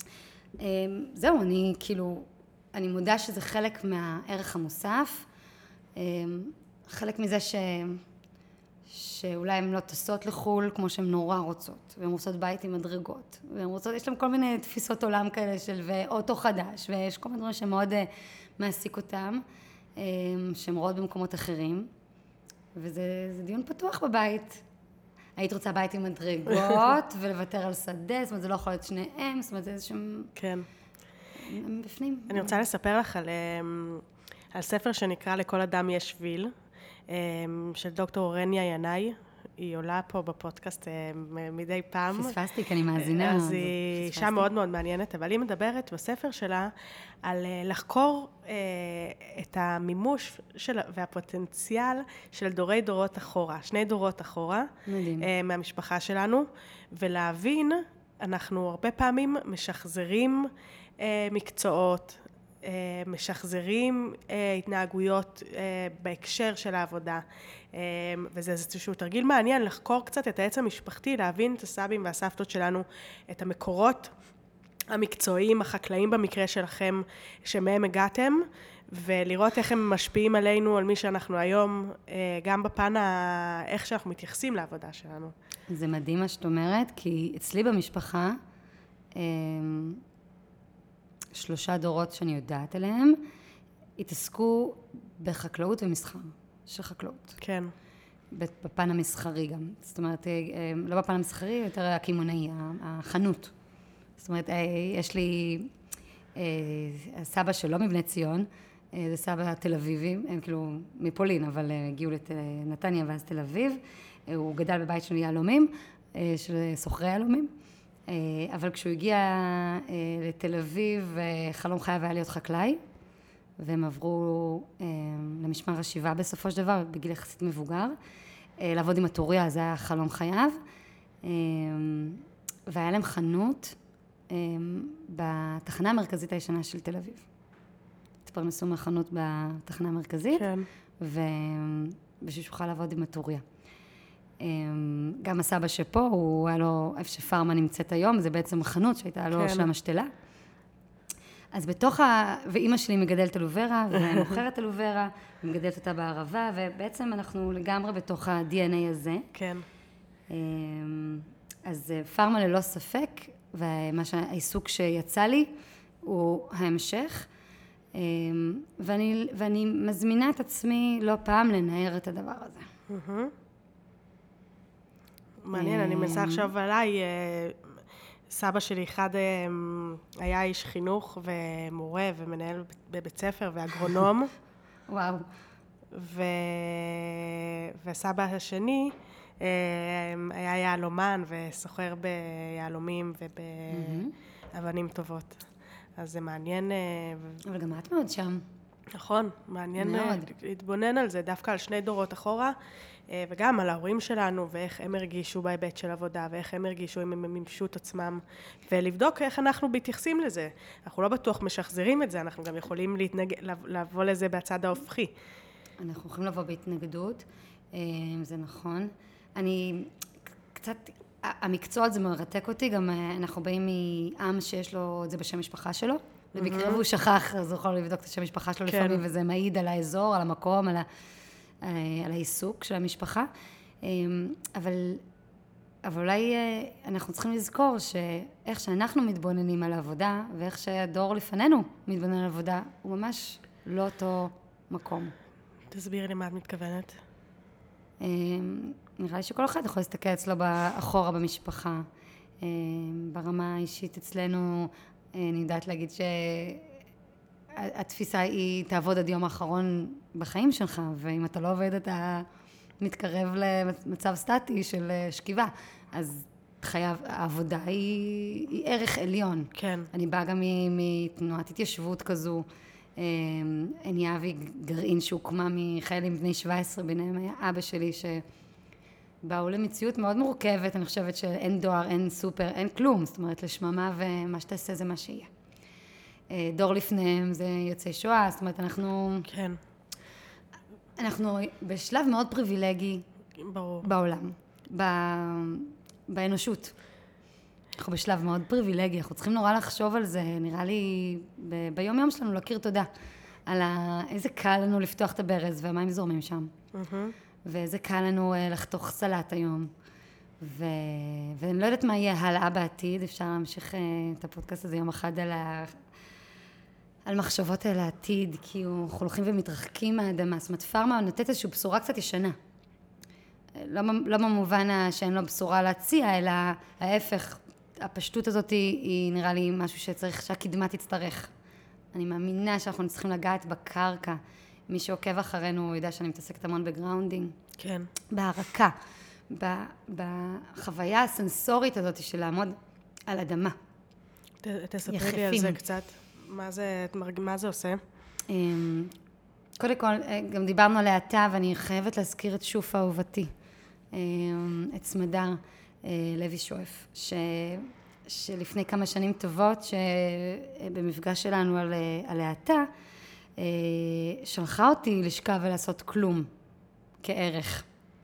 Speaker 2: זהו, אני מודה שזה חלק מהערך המוסף, חלק מזה שאולי הן לא טסות לחול כמו שהן נורא רוצות, והן רוצות בית עם מדרגות, והן רוצות, יש להן כל מיני תפיסות עולם כאלה של ואוטו חדש, ויש כל מיני דברים שמאוד מעסיק אותם, שהן רואות במקומות אחרים, וזה דיון פתוח בבית. היית רוצה בית עם מדרגות, ולוותר על שדה, זאת אומרת, זה לא יכול להיות שניהם, זאת אומרת, זה איזשהו...
Speaker 1: כן.
Speaker 2: בפנים.
Speaker 1: אני רוצה לספר לך על ספר שנקרא לכל אדם יש שביל, של דוקטור רניה ינאי. היא עולה פה בפודקאסט מדי פעם.
Speaker 2: פספסתי, כי אני מאזינה.
Speaker 1: אז היא אישה מאוד מאוד מעניינת, אבל היא מדברת בספר שלה על לחקור את המימוש והפוטנציאל של דורות אחורה, 2 דורות אחורה, מהמשפחה שלנו, ולהבין, אנחנו הרבה פעמים משחזרים מקצועות, משחזרים התנהגויות בהקשר של העבודה, וזה איזשהו תרגיל מעניין לחקור קצת את העץ המשפחתי, להבין את הסבים והסבתות שלנו, את המקורות המקצועיים, החקלאים במקרה שלכם, שמהם הגעתם, ולראות איך הם משפיעים עלינו, על מי שאנחנו היום, גם בפן איך שאנחנו מתייחסים לעבודה שלנו.
Speaker 2: זה מדהים מה שאת אומרת, כי אצלי במשפחה, 3 דורות שאני יודעת עליהם, התעסקו בחקלאות ומסחר, של חקלאות.
Speaker 1: כן.
Speaker 2: בפן המסחרי גם. זאת אומרת, לא בפן המסחרי, יותר הכימונאי, החנות. זאת אומרת, יש לי הסבא שלו מבני ציון, זה סבא תל אביבי, הם כאילו מפולין, אבל הגיעו לנתניה ואז תל אביב. הוא גדל בבית של יהלומים, של סוחרי יהלומים. אבל כשהוא הגיע לתל אביב, חלום חייו היה להיות חקלאי, והם עברו למשמר השבעה בסופו של דבר, בגיל יחסית מבוגר, לעבוד עם הטוריה, זה היה חלום חייו, והיה להם חנות בתחנה המרכזית הישנה של תל אביב. התפרנסו מהחנות בתחנה המרכזית, כן. ובשביל שיוכל לעבוד עם הטוריה. גם הסבא שפה, הוא היה לו, איפה שפארמה נמצאת היום, זה בעצם חנות שהייתה לו של המשתלה. אז ואימא שלי מגדלת אלוברה, ומוכרת אלוברה, ומגדלת אותה בערבה, ובעצם אנחנו לגמרי בתוך ה-DNA הזה. כן. אז פארמה ללא ספק, והעיסוק שיצא לי, הוא ההמשך. ואני מזמינה את עצמי לא פעם לנער את הדבר הזה.
Speaker 1: מעניין, אני מנסה עכשיו עליי, סבא שלי אחד היה איש חינוך ומורה ומנהל בבית ספר ואגרונום.
Speaker 2: וואו.
Speaker 1: וסבא השני היה יהלומן וסוחר ביהלומים ובאבנים טובות. אז זה מעניין.
Speaker 2: אבל גם את מאוד שם.
Speaker 1: נכון, מעניין להתבונן על זה, דווקא על 2 דורות אחורה, וגם על ההורים שלנו, ואיך הם הרגישו בהיבט של עבודה, ואיך הם הרגישו אם הם מימשו את עצמם, ולבדוק איך אנחנו מתייחסים לזה. אנחנו לא בטוח משחזרים את זה, אנחנו גם יכולים לבוא לזה בצד ההופכי.
Speaker 2: אנחנו יכולים לבוא בהתנגדות, זה נכון. אני קצת, המקצוע הזה מרתק אותי, גם אנחנו באים מעם שיש לו את זה בשם משפחה שלו, במקרה והוא שכח, אז הוא יכול לבדוק את השם משפחה שלו לפעמים, וזה מעיד על האזור, על המקום, על העיסוק של המשפחה. אבל אולי אנחנו צריכים לזכור שאיך שאנחנו מתבוננים על העבודה, ואיך שהדור לפנינו מתבונן על העבודה, הוא ממש לא אותו מקום.
Speaker 1: תסבירי לי מה את מתכוונת.
Speaker 2: נראה לי שכל אחד יכול להסתכל אצלו אחורה במשפחה. ברמה האישית אצלנו, אני יודעת להגיד שהתפיסה היא תעבוד עד יום האחרון בחיים שלך, ואם אתה לא עובד אתה מתקרב למצב סטטי של שכיבה, אז העבודה היא ערך עליון. כן. אני באה גם מתנועת התיישבות כזו, אני אהבי גרעין שהוקמה מחיילים בני 17, ביניהם היה אבא שלי שבאו למציאות מאוד מורכבת, אני חושבת שאין דואר, אין סופר, אין כלום, זאת אומרת לשממה ומה שתעשה זה מה שיהיה. דור לפניהם זה יוצאי שואה, זאת אומרת
Speaker 1: כן.
Speaker 2: אנחנו בשלב מאוד פריבילגי
Speaker 1: ברור.
Speaker 2: בעולם, באנושות. אנחנו בשלב מאוד פריבילגי, אנחנו צריכים נורא לחשוב על זה, נראה לי ביום יום שלנו להכיר תודה איזה קל לנו לפתוח את הברז והמים זורמים שם. ואיזה קל לנו לחתוך סלט היום. ואני לא יודעת מה יהיה הלאה בעתיד, אפשר להמשיך את הפודקאסט הזה יום אחד על מחשבות על העתיד, כי אנחנו הולכים ומתרחקים מהאדמה. זאת אומרת, פארמה נותנת איזושהי בשורה קצת ישנה. לא במובן שאין לו בשורה להציע, אלא ההפך, הפשטות הזאת היא נראה לי משהו שהקדמה תצטרך. אני מאמינה שאנחנו צריכים לגעת בקרקע. מי שעוקב אחרינו יודע שאני מתעסקת המון בגראונדינג.
Speaker 1: כן.
Speaker 2: בהרקה, בחוויה הסנסורית הזאת של לעמוד על אדמה.
Speaker 1: תספרי לי על זה קצת. מה זה עושה?
Speaker 2: קודם כל, גם דיברנו על האטה, ואני חייבת להזכיר את שוף אהובתי, את סמדר לוי שואף, שלפני כמה שנים טובות, שבמפגש שלנו על האטה, שלחה אותי לשכב ולעשות כלום כערך.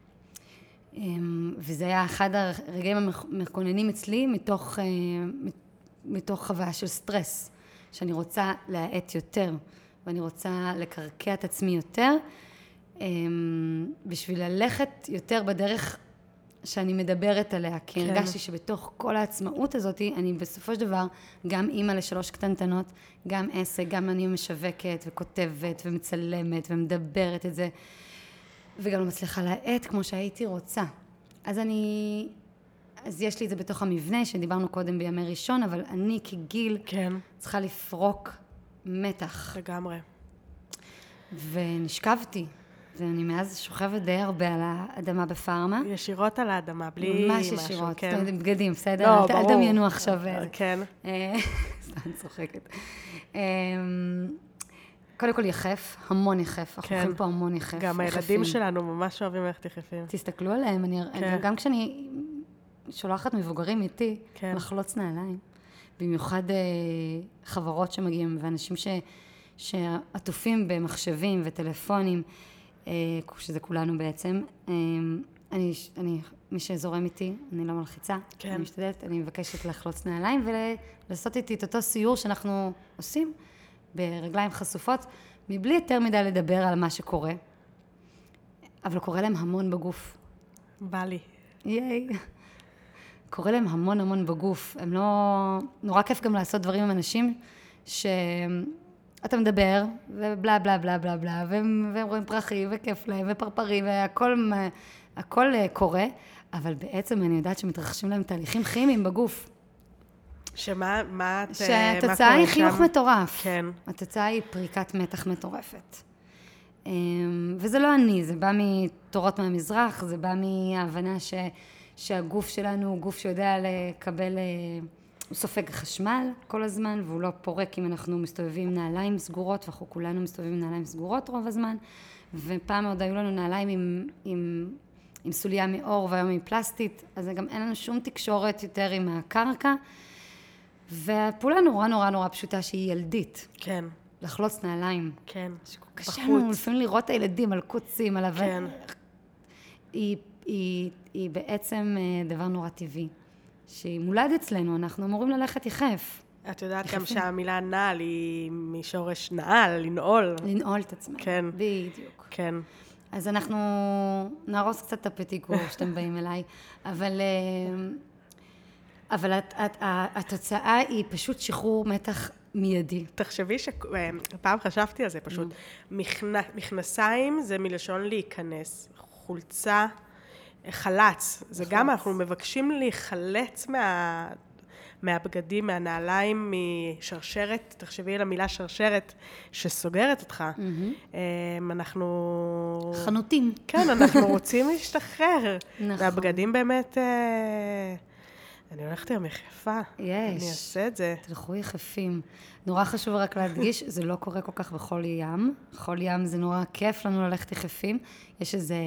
Speaker 2: וזה היה אחד הרגעים המכוננים אצלי מתוך חוויה של סטרס, שאני רוצה להאט יותר, ואני רוצה לקרקע את עצמי יותר, בשביל ללכת יותר בדרך שאני מדברת עליה, כי הרגשתי שבתוך כל העצמאות הזאת, אני בסופו של דבר גם אימא ל3 קטנטנות, גם עסק, גם אני משווקת וכותבת ומצלמת ומדברת את זה, וגם לא מצליחה להאט כמו שהייתי רוצה. אז יש לי את זה בתוך המבנה שדיברנו קודם בימי ראשון, אבל אני כגיל צריכה לפרוק מתח.
Speaker 1: לגמרי.
Speaker 2: ונשכבתי, ואני מאז שוכבת די הרבה על האדמה בפארמה.
Speaker 1: ישירות על האדמה, בלי
Speaker 2: ממש
Speaker 1: משהו.
Speaker 2: ישירות,
Speaker 1: כן.
Speaker 2: בגדים, בסדר?
Speaker 1: לא, ברור.
Speaker 2: אל דמיינו עכשיו.
Speaker 1: כן.
Speaker 2: סתם צוחקת. קודם כל יחף, המון יחף, אנחנו אוכלים פה המון יחף.
Speaker 1: גם הילדים שלנו ממש אוהבים ללכת יחפים.
Speaker 2: תסתכלו עליהם, גם כשאני שולחת מבוגרים איתי, לחלוץ נעליים, במיוחד חברות שמגיעים, ואנשים שעטופים במחשבים וטלפונים, שזה כולנו בעצם, מי שזורם איתי, אני לא מלחיצה, אני משתדלת, אני מבקשת לחלוץ נעליים, ולעשות איתי את אותו סיור שאנחנו עושים, ברגליים חשופות, מבלי יותר מדי לדבר על מה שקורה, אבל קורה להם המון בגוף.
Speaker 1: בא לי.
Speaker 2: ייי. קורה להם המון המון בגוף. הם לא... נורא כיף גם לעשות דברים עם אנשים שאתה מדבר, ובלה בלה בלה בלה בלה, והם רואים פרחים, וכיף להם, ופרפרים, והכל קורה, אבל בעצם אני יודעת שמתרחשים להם תהליכים כימיים בגוף. שהתוצאה היא חיוך מטורף.
Speaker 1: כן.
Speaker 2: התוצאה היא פריקת מתח מטורפת. וזה לא אני, זה בא מתורות מהמזרח, זה בא מההבנה שהגוף שלנו הוא גוף שיודע לקבל, הוא סופג חשמל כל הזמן, והוא לא פורק אם אנחנו מסתובבים נעליים סגורות, ואנחנו כולנו מסתובבים נעליים סגורות רוב הזמן, ופעם עוד היו לנו נעליים עם סוליה מאור והיום עם פלסטית, אז גם אין לנו שום תקשורת יותר עם הקרקע, והפעולה נורא נורא נורא פשוטה שהיא ילדית.
Speaker 1: כן.
Speaker 2: לחלוץ נעליים.
Speaker 1: כן.
Speaker 2: קשה לנו לפעמים לראות את הילדים על קוצים, על
Speaker 1: כן.
Speaker 2: היא בעצם דבר נורא טבעי. שהיא מולד אצלנו, אנחנו אמורים ללכת יחף.
Speaker 1: את יודעת גם שהמילה נעל היא משורש נעל, לנעול.
Speaker 2: לנעול את עצמנו.
Speaker 1: כן.
Speaker 2: בדיוק.
Speaker 1: כן.
Speaker 2: אז אנחנו נהרוס קצת את הפטיקור שאתם באים אליי, אבל התוצאה היא פשוט שחרור מתח מיידי.
Speaker 1: תחשבי שפעם חשבתי על זה פשוט. מכנסיים זה מלשון להיכנס. חולצה, חלץ. זה גם אנחנו מבקשים להיחלץ מהבגדים, מהנעליים, משרשרת. תחשבי על המילה שרשרת שסוגרת אותך. אנחנו...
Speaker 2: חנותים.
Speaker 1: כן, אנחנו רוצים להשתחרר.
Speaker 2: נכון.
Speaker 1: והבגדים באמת... אני הולכת עם יחפה.
Speaker 2: יש.
Speaker 1: אני אעשה את זה.
Speaker 2: תלכו יחפים. נורא חשוב רק להדגיש, זה לא קורה כל כך בכל ים. בכל ים זה נורא כיף לנו ללכת יחפים. יש איזה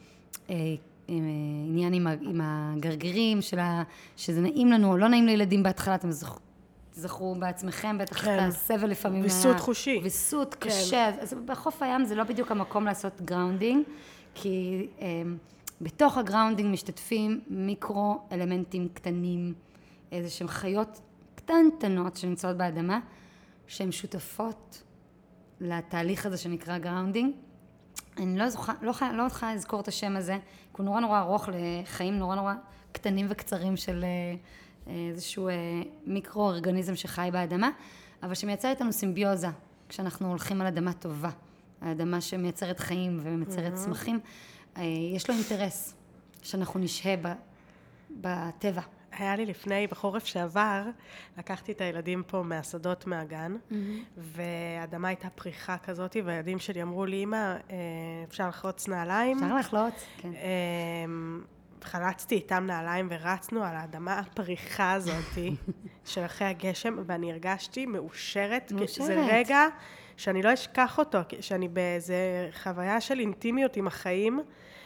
Speaker 2: עניין עם הגרגירים, שזה נעים לנו או לא נעים לילדים בהתחלה. אתם זכרו בעצמכם, בטח את הסבל לפעמים.
Speaker 1: ויסות חושי.
Speaker 2: ויסות קשה. אז בחוף הים זה לא בדיוק המקום לעשות גראונדינג, כי... בתוך הגראונדינג משתתפים מיקרו-אלמנטים קטנים, איזה שהם חיות קטנטנות שנמצאות באדמה, שהן שותפות לתהליך הזה שנקרא גראונדינג. אני לא יכולה לזכור את השם הזה, כי הוא נורא ארוך לחיים נורא קטנים וקצרים של איזשהו מיקרו-אורגניזם שחי באדמה, אבל שמייצר איתנו סימביוזה, כשאנחנו הולכים על אדמה טובה, על אדמה שמייצרת חיים ומייצרת צמחים, יש לו אינטרס שאנחנו נשהה בטבע.
Speaker 1: היה לי לפני, בחורף שעבר, לקחתי את הילדים פה מהשדות מהגן, והאדמה הייתה פריחה כזאת, והילדים שלי אמרו לי, אמא, אפשר לחלוץ נעליים?
Speaker 2: אפשר לחלוץ, כן.
Speaker 1: חלצתי איתם נעליים ורצנו על האדמה הפריחה הזאת של אחרי הגשם, ואני הרגשתי מאושרת. זה רגע שאני לא אשכח אותו, שאני באיזה חוויה של אינטימיות עם החיים.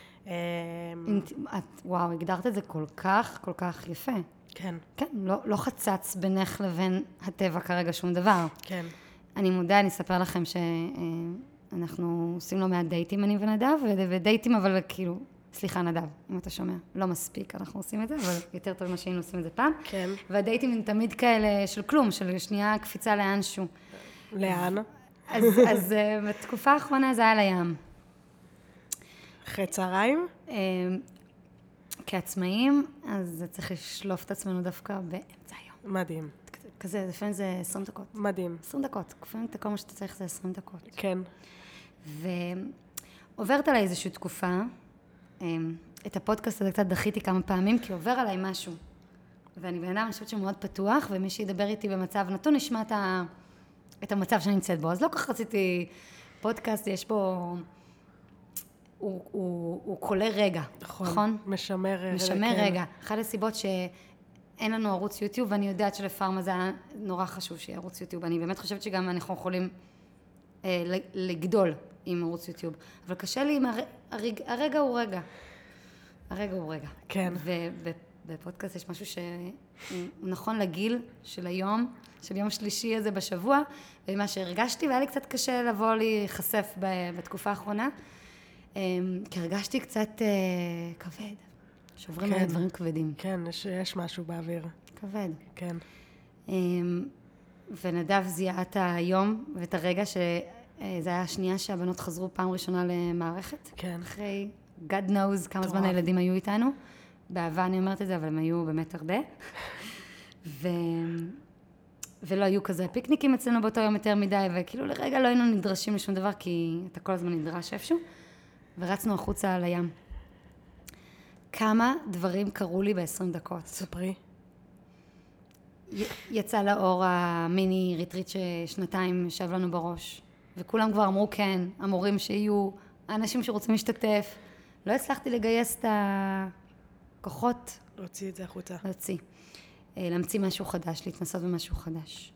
Speaker 2: וואו, הגדרת את זה כל כך יפה.
Speaker 1: כן.
Speaker 2: כן, לא חצץ בינך לבין הטבע כרגע שום דבר.
Speaker 1: כן.
Speaker 2: אני מודה, אני אספר לכם שאנחנו עושים לא מעט דייטים, אני ונדב, ודייטים אבל כאילו, סליחה נדב, אם אתה שומע, לא מספיק, אנחנו עושים את זה, אבל יותר טוב ממה שהיינו עושים את זה פעם.
Speaker 1: כן.
Speaker 2: והדייטים הם תמיד כאלה של כלום, של שנייה קפיצה לאנשהו.
Speaker 1: לאן?
Speaker 2: אז בתקופה האחרונה זה היה לים.
Speaker 1: אחרי צהריים?
Speaker 2: כעצמאים, אז זה צריך לשלוף את עצמנו דווקא באמצע היום.
Speaker 1: מדהים.
Speaker 2: כזה, לפעמים זה 20 דקות.
Speaker 1: מדהים.
Speaker 2: 20 דקות. לפעמים כל מה שאתה צריך זה 20 דקות.
Speaker 1: כן.
Speaker 2: ועוברת עליי איזושהי תקופה, את הפודקאסט הזה קצת דחיתי כמה פעמים, כי עובר עליי משהו. ואני בן אדם, אני חושבת שהוא מאוד פתוח, ומי שידבר איתי במצב נתון, נשמע את המצב שאני נמצאת בו. אז לא כך רציתי פודקאסט, יש בו... הוא קולה רגע, נכון?
Speaker 1: משמר
Speaker 2: רגע. אחת הסיבות שאין לנו ערוץ יוטיוב, ואני יודעת שלפארמה זה היה נורא חשוב שיהיה ערוץ יוטיוב. אני באמת חושבת שגם אנחנו יכולים לגדול עם ערוץ יוטיוב. אבל קשה לי עם הרגע הוא רגע. הרגע הוא רגע.
Speaker 1: כן.
Speaker 2: ובפודקאסט יש משהו שהוא נכון לגיל של היום, של יום שלישי הזה בשבוע, ומה שהרגשתי, והיה לי קצת קשה לבוא להיחשף בתקופה האחרונה. כי הרגשתי קצת כבד, שעוברים עליי דברים כבדים.
Speaker 1: כן, יש משהו באוויר.
Speaker 2: כבד.
Speaker 1: כן.
Speaker 2: ונדב זיהה את היום ואת הרגע שזה היה השנייה שהבנות חזרו פעם ראשונה למערכת.
Speaker 1: כן.
Speaker 2: אחרי God knows כמה זמן הילדים היו איתנו. באהבה אני אומרת את זה, אבל הם היו באמת הרבה. ולא היו כזה פיקניקים אצלנו באותו יום יותר מדי, וכאילו לרגע לא היינו נדרשים לשום דבר, כי אתה כל הזמן נדרש איפשהו. ורצנו החוצה על הים. כמה דברים קרו לי ב-20 דקות.
Speaker 1: ספרי.
Speaker 2: יצא לאור המיני ריטריט ששנתיים ישב לנו בראש. וכולם כבר אמרו כן, המורים שיהיו, האנשים שרוצים להשתתף. לא הצלחתי לגייס את הכוחות.
Speaker 1: להוציא את זה החוצה.
Speaker 2: להוציא. להמציא משהו חדש, להתנסות במשהו חדש.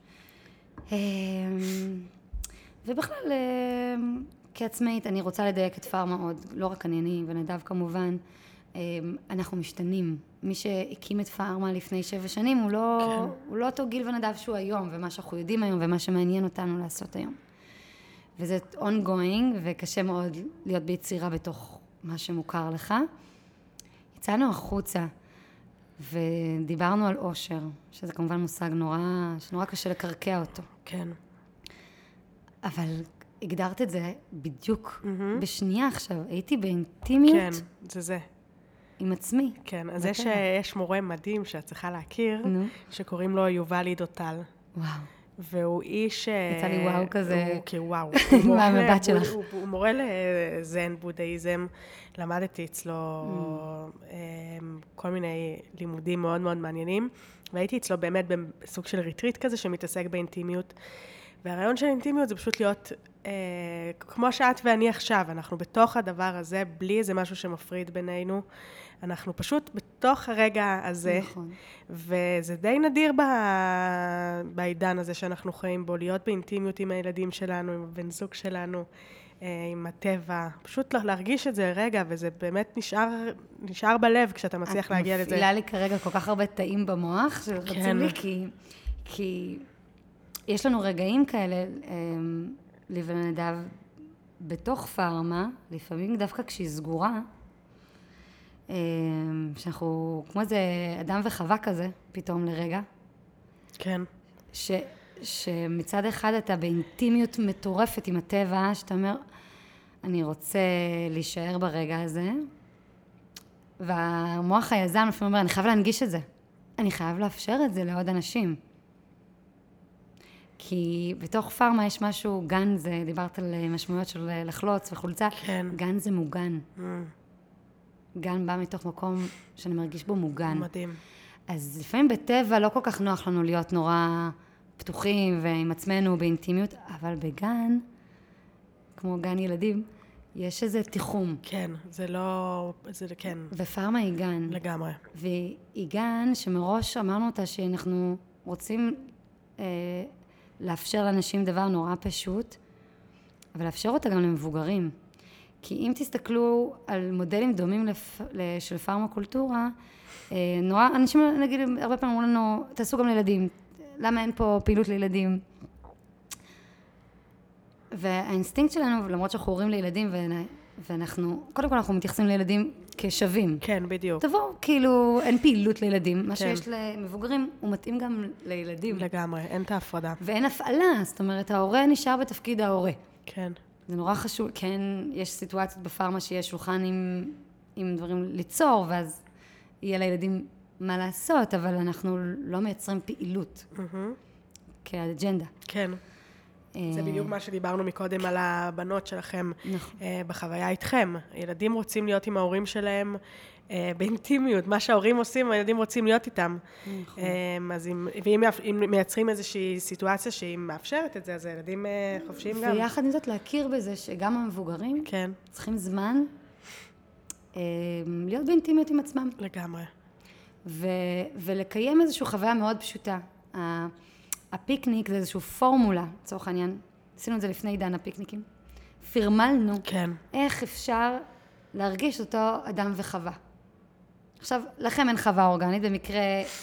Speaker 2: ובכלל... כעצמאית, אני רוצה לדייק את פארמה עוד, לא רק אני ונדב כמובן, אנחנו משתנים. מי שהקים את פארמה לפני 7 שנים, הוא לא אותו גיל ונדב שהוא היום, ומה שאנחנו יודעים היום, ומה שמעניין אותנו לעשות היום. וזה ongoing, וקשה מאוד להיות ביצירה בתוך מה שמוכר לך. יצאנו החוצה, ודיברנו על אושר, שזה כמובן מושג שנורא קשה לקרקע אותו.
Speaker 1: כן.
Speaker 2: אבל... הגדרת את זה בדיוק בשנייה עכשיו. הייתי באינטימיות.
Speaker 1: כן, זה.
Speaker 2: עם עצמי.
Speaker 1: כן, אז יש מורה מדהים שאת צריכה להכיר, שקוראים לו יובל עידו טל.
Speaker 2: וואו.
Speaker 1: והוא איש...
Speaker 2: יצא לי וואו כזה.
Speaker 1: וואו.
Speaker 2: מה המבט שלך?
Speaker 1: הוא מורה לזן, בודהיזם. למדתי אצלו כל מיני לימודים מאוד מאוד מעניינים, והייתי אצלו באמת בסוג של ריטריט כזה שמתעסק באינטימיות. והרעיון של אינטימיות זה פשוט להיות, כמו שאת ואני עכשיו, אנחנו בתוך הדבר הזה, בלי איזה משהו שמפריד בינינו, אנחנו פשוט בתוך הרגע הזה, נכון. וזה די נדיר בעידן הזה שאנחנו חיים בו, להיות באינטימיות עם הילדים שלנו, עם הבן זוג שלנו, עם הטבע, פשוט להרגיש את זה רגע, וזה באמת נשאר בלב כשאתה מצליח להגיע לזה.
Speaker 2: את מפעילה לי כרגע כל כך הרבה תאים במוח, שרצים לי, כי יש לנו רגעים כאלה, לי ונדב, בתוך פארמה, לפעמים דווקא כשהיא סגורה, שאנחנו כמו איזה אדם וחווה כזה, פתאום לרגע.
Speaker 1: כן.
Speaker 2: שמצד אחד אתה באינטימיות מטורפת עם הטבע, שאתה אומר, אני רוצה להישאר ברגע הזה, והמוח היזם לפעמים אומר, אני חייב להנגיש את זה. אני חייב לאפשר את זה לעוד אנשים. כי בתוך פארמה יש משהו, גן זה, דיברת על משמעויות של לחלוץ וחולצה,
Speaker 1: כן.
Speaker 2: גן זה מוגן. גן בא מתוך מקום שאני מרגיש בו מוגן.
Speaker 1: מדהים.
Speaker 2: אז לפעמים בטבע לא כל כך נוח לנו להיות נורא פתוחים ועם עצמנו באינטימיות, אבל בגן, כמו גן ילדים, יש איזה תיחום.
Speaker 1: כן, זה לא... זה כן.
Speaker 2: ופארמה היא גן.
Speaker 1: לגמרי.
Speaker 2: והיא גן שמראש אמרנו אותה שאנחנו רוצים לאפשר לאנשים דבר נורא פשוט, אבל לאפשר אותה גם למבוגרים. כי אם תסתכלו על מודלים דומים של פארמה-קולטורה, נורא, אנשים נגיד הרבה פעמים אמרו לנו, תעשו גם לילדים, למה אין פה פעילות לילדים? והאינסטינקט שלנו, למרות שאנחנו הורים לילדים, ואנחנו, קודם כל אנחנו מתייחסים לילדים כשווים.
Speaker 1: כן, בדיוק.
Speaker 2: תבואו, כאילו, אין פעילות לילדים. מה שיש למבוגרים, הוא מתאים גם לילדים.
Speaker 1: לגמרי, אין את ההפרדה.
Speaker 2: ואין הפעלה, זאת אומרת, ההורה נשאר בתפקיד ההורה.
Speaker 1: כן.
Speaker 2: זה נורא חשוב, כן, יש סיטואציות בפארמה שיש שולחן עם דברים ליצור, ואז יהיה לילדים מה לעשות, אבל אנחנו לא מייצרים פעילות כאג'נדה.
Speaker 1: כן. זה בדיוק מה שדיברנו מקודם על הבנות שלכם בחוויה איתכם. ילדים רוצים להיות עם ההורים שלהם באינטימיות. מה שההורים עושים, הילדים רוצים להיות איתם. אז ואם מייצרים איזושהי סיטואציה שהיא מאפשרת את זה, אז הילדים חופשיים גם.
Speaker 2: ויחד עם זאת להכיר בזה שגם המבוגרים צריכים זמן להיות באינטימיות עם עצמם.
Speaker 1: לגמרי.
Speaker 2: ולקיים איזושהי חוויה מאוד פשוטה. הפיקניק זה איזושהי פורמולה, לצורך העניין. עשינו את זה לפני עידן הפיקניקים. פרמלנו איך אפשר להרגיש אותו אדם וחווה. עכשיו, לכם אין חווה אורגנית, במקרה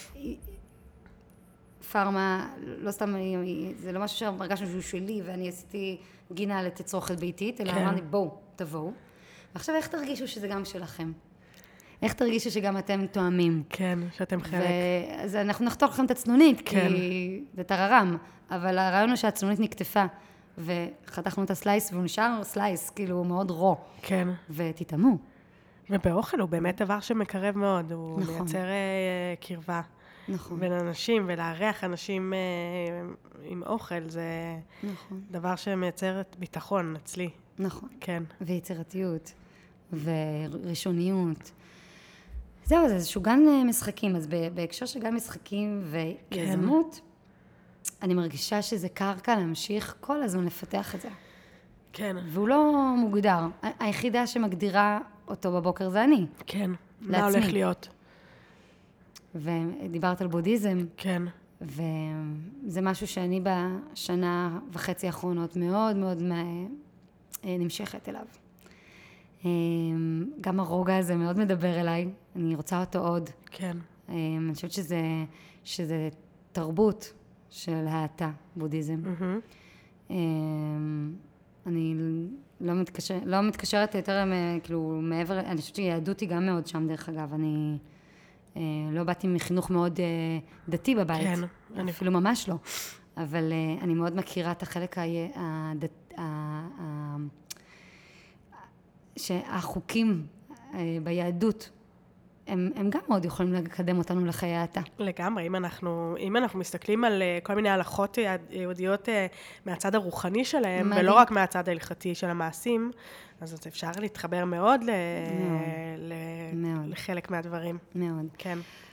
Speaker 2: פארמה, לא סתם, זה לא משהו שהרגשנו שהוא שלי, ואני עשיתי גינה לתצרוכת ביתית, אלא אמרתי, בואו, תבואו. ועכשיו, איך תרגישו שזה גם שלכם? איך תרגישו שגם אתם תואמים?
Speaker 1: כן, שאתם חלק.
Speaker 2: אז אנחנו נחתוך לכם את הצנונית, כי זה טררם, אבל הרעיון הוא שהצנונית נקטפה, וחתכנו את הסלייס, והוא נשאר סלייס, כאילו מאוד רו.
Speaker 1: כן.
Speaker 2: ותתאמו.
Speaker 1: ובאוכל הוא באמת דבר שמקרב מאוד, הוא מייצר קרבה.
Speaker 2: נכון.
Speaker 1: בין אנשים, ולארח אנשים עם אוכל, זה דבר שמייצר ביטחון אצלי.
Speaker 2: נכון.
Speaker 1: כן.
Speaker 2: ויצירתיות, וראשוניות. זהו, זה איזשהו גן משחקים, אז בהקשר של גן משחקים ויזמות, אני מרגישה שזה קרקע להמשיך כל הזמן לפתח את זה.
Speaker 1: כן.
Speaker 2: והוא לא מוגדר. היחידה שמגדירה אותו בבוקר זה אני.
Speaker 1: כן.
Speaker 2: לעצמי.
Speaker 1: מה הולך להיות?
Speaker 2: ודיברת על בודהיזם.
Speaker 1: כן.
Speaker 2: וזה משהו שאני בשנה וחצי האחרונות מאוד מאוד נמשכת אליו. גם הרוגע הזה מאוד מדבר אליי, אני רוצה אותו עוד.
Speaker 1: כן.
Speaker 2: אני חושבת שזה תרבות של האטה, בודהיזם. אני לא מתקשרת יותר, כאילו, מעבר, אני חושבת שיהדות היא גם מאוד שם, דרך אגב. אני לא באתי מחינוך מאוד דתי בבית.
Speaker 1: כן.
Speaker 2: אפילו ממש לא. אבל אני מאוד מכירה את החלק שהחוקים ביהדות, הם גם מאוד יכולים לקדם אותנו לחיי האטה.
Speaker 1: לגמרי, אם אנחנו מסתכלים על כל מיני הלכות יהודיות מהצד הרוחני שלהם, ולא רק מהצד ההלכתי של המעשים, אז אפשר להתחבר מאוד לחלק מהדברים.
Speaker 2: מאוד.
Speaker 1: כן.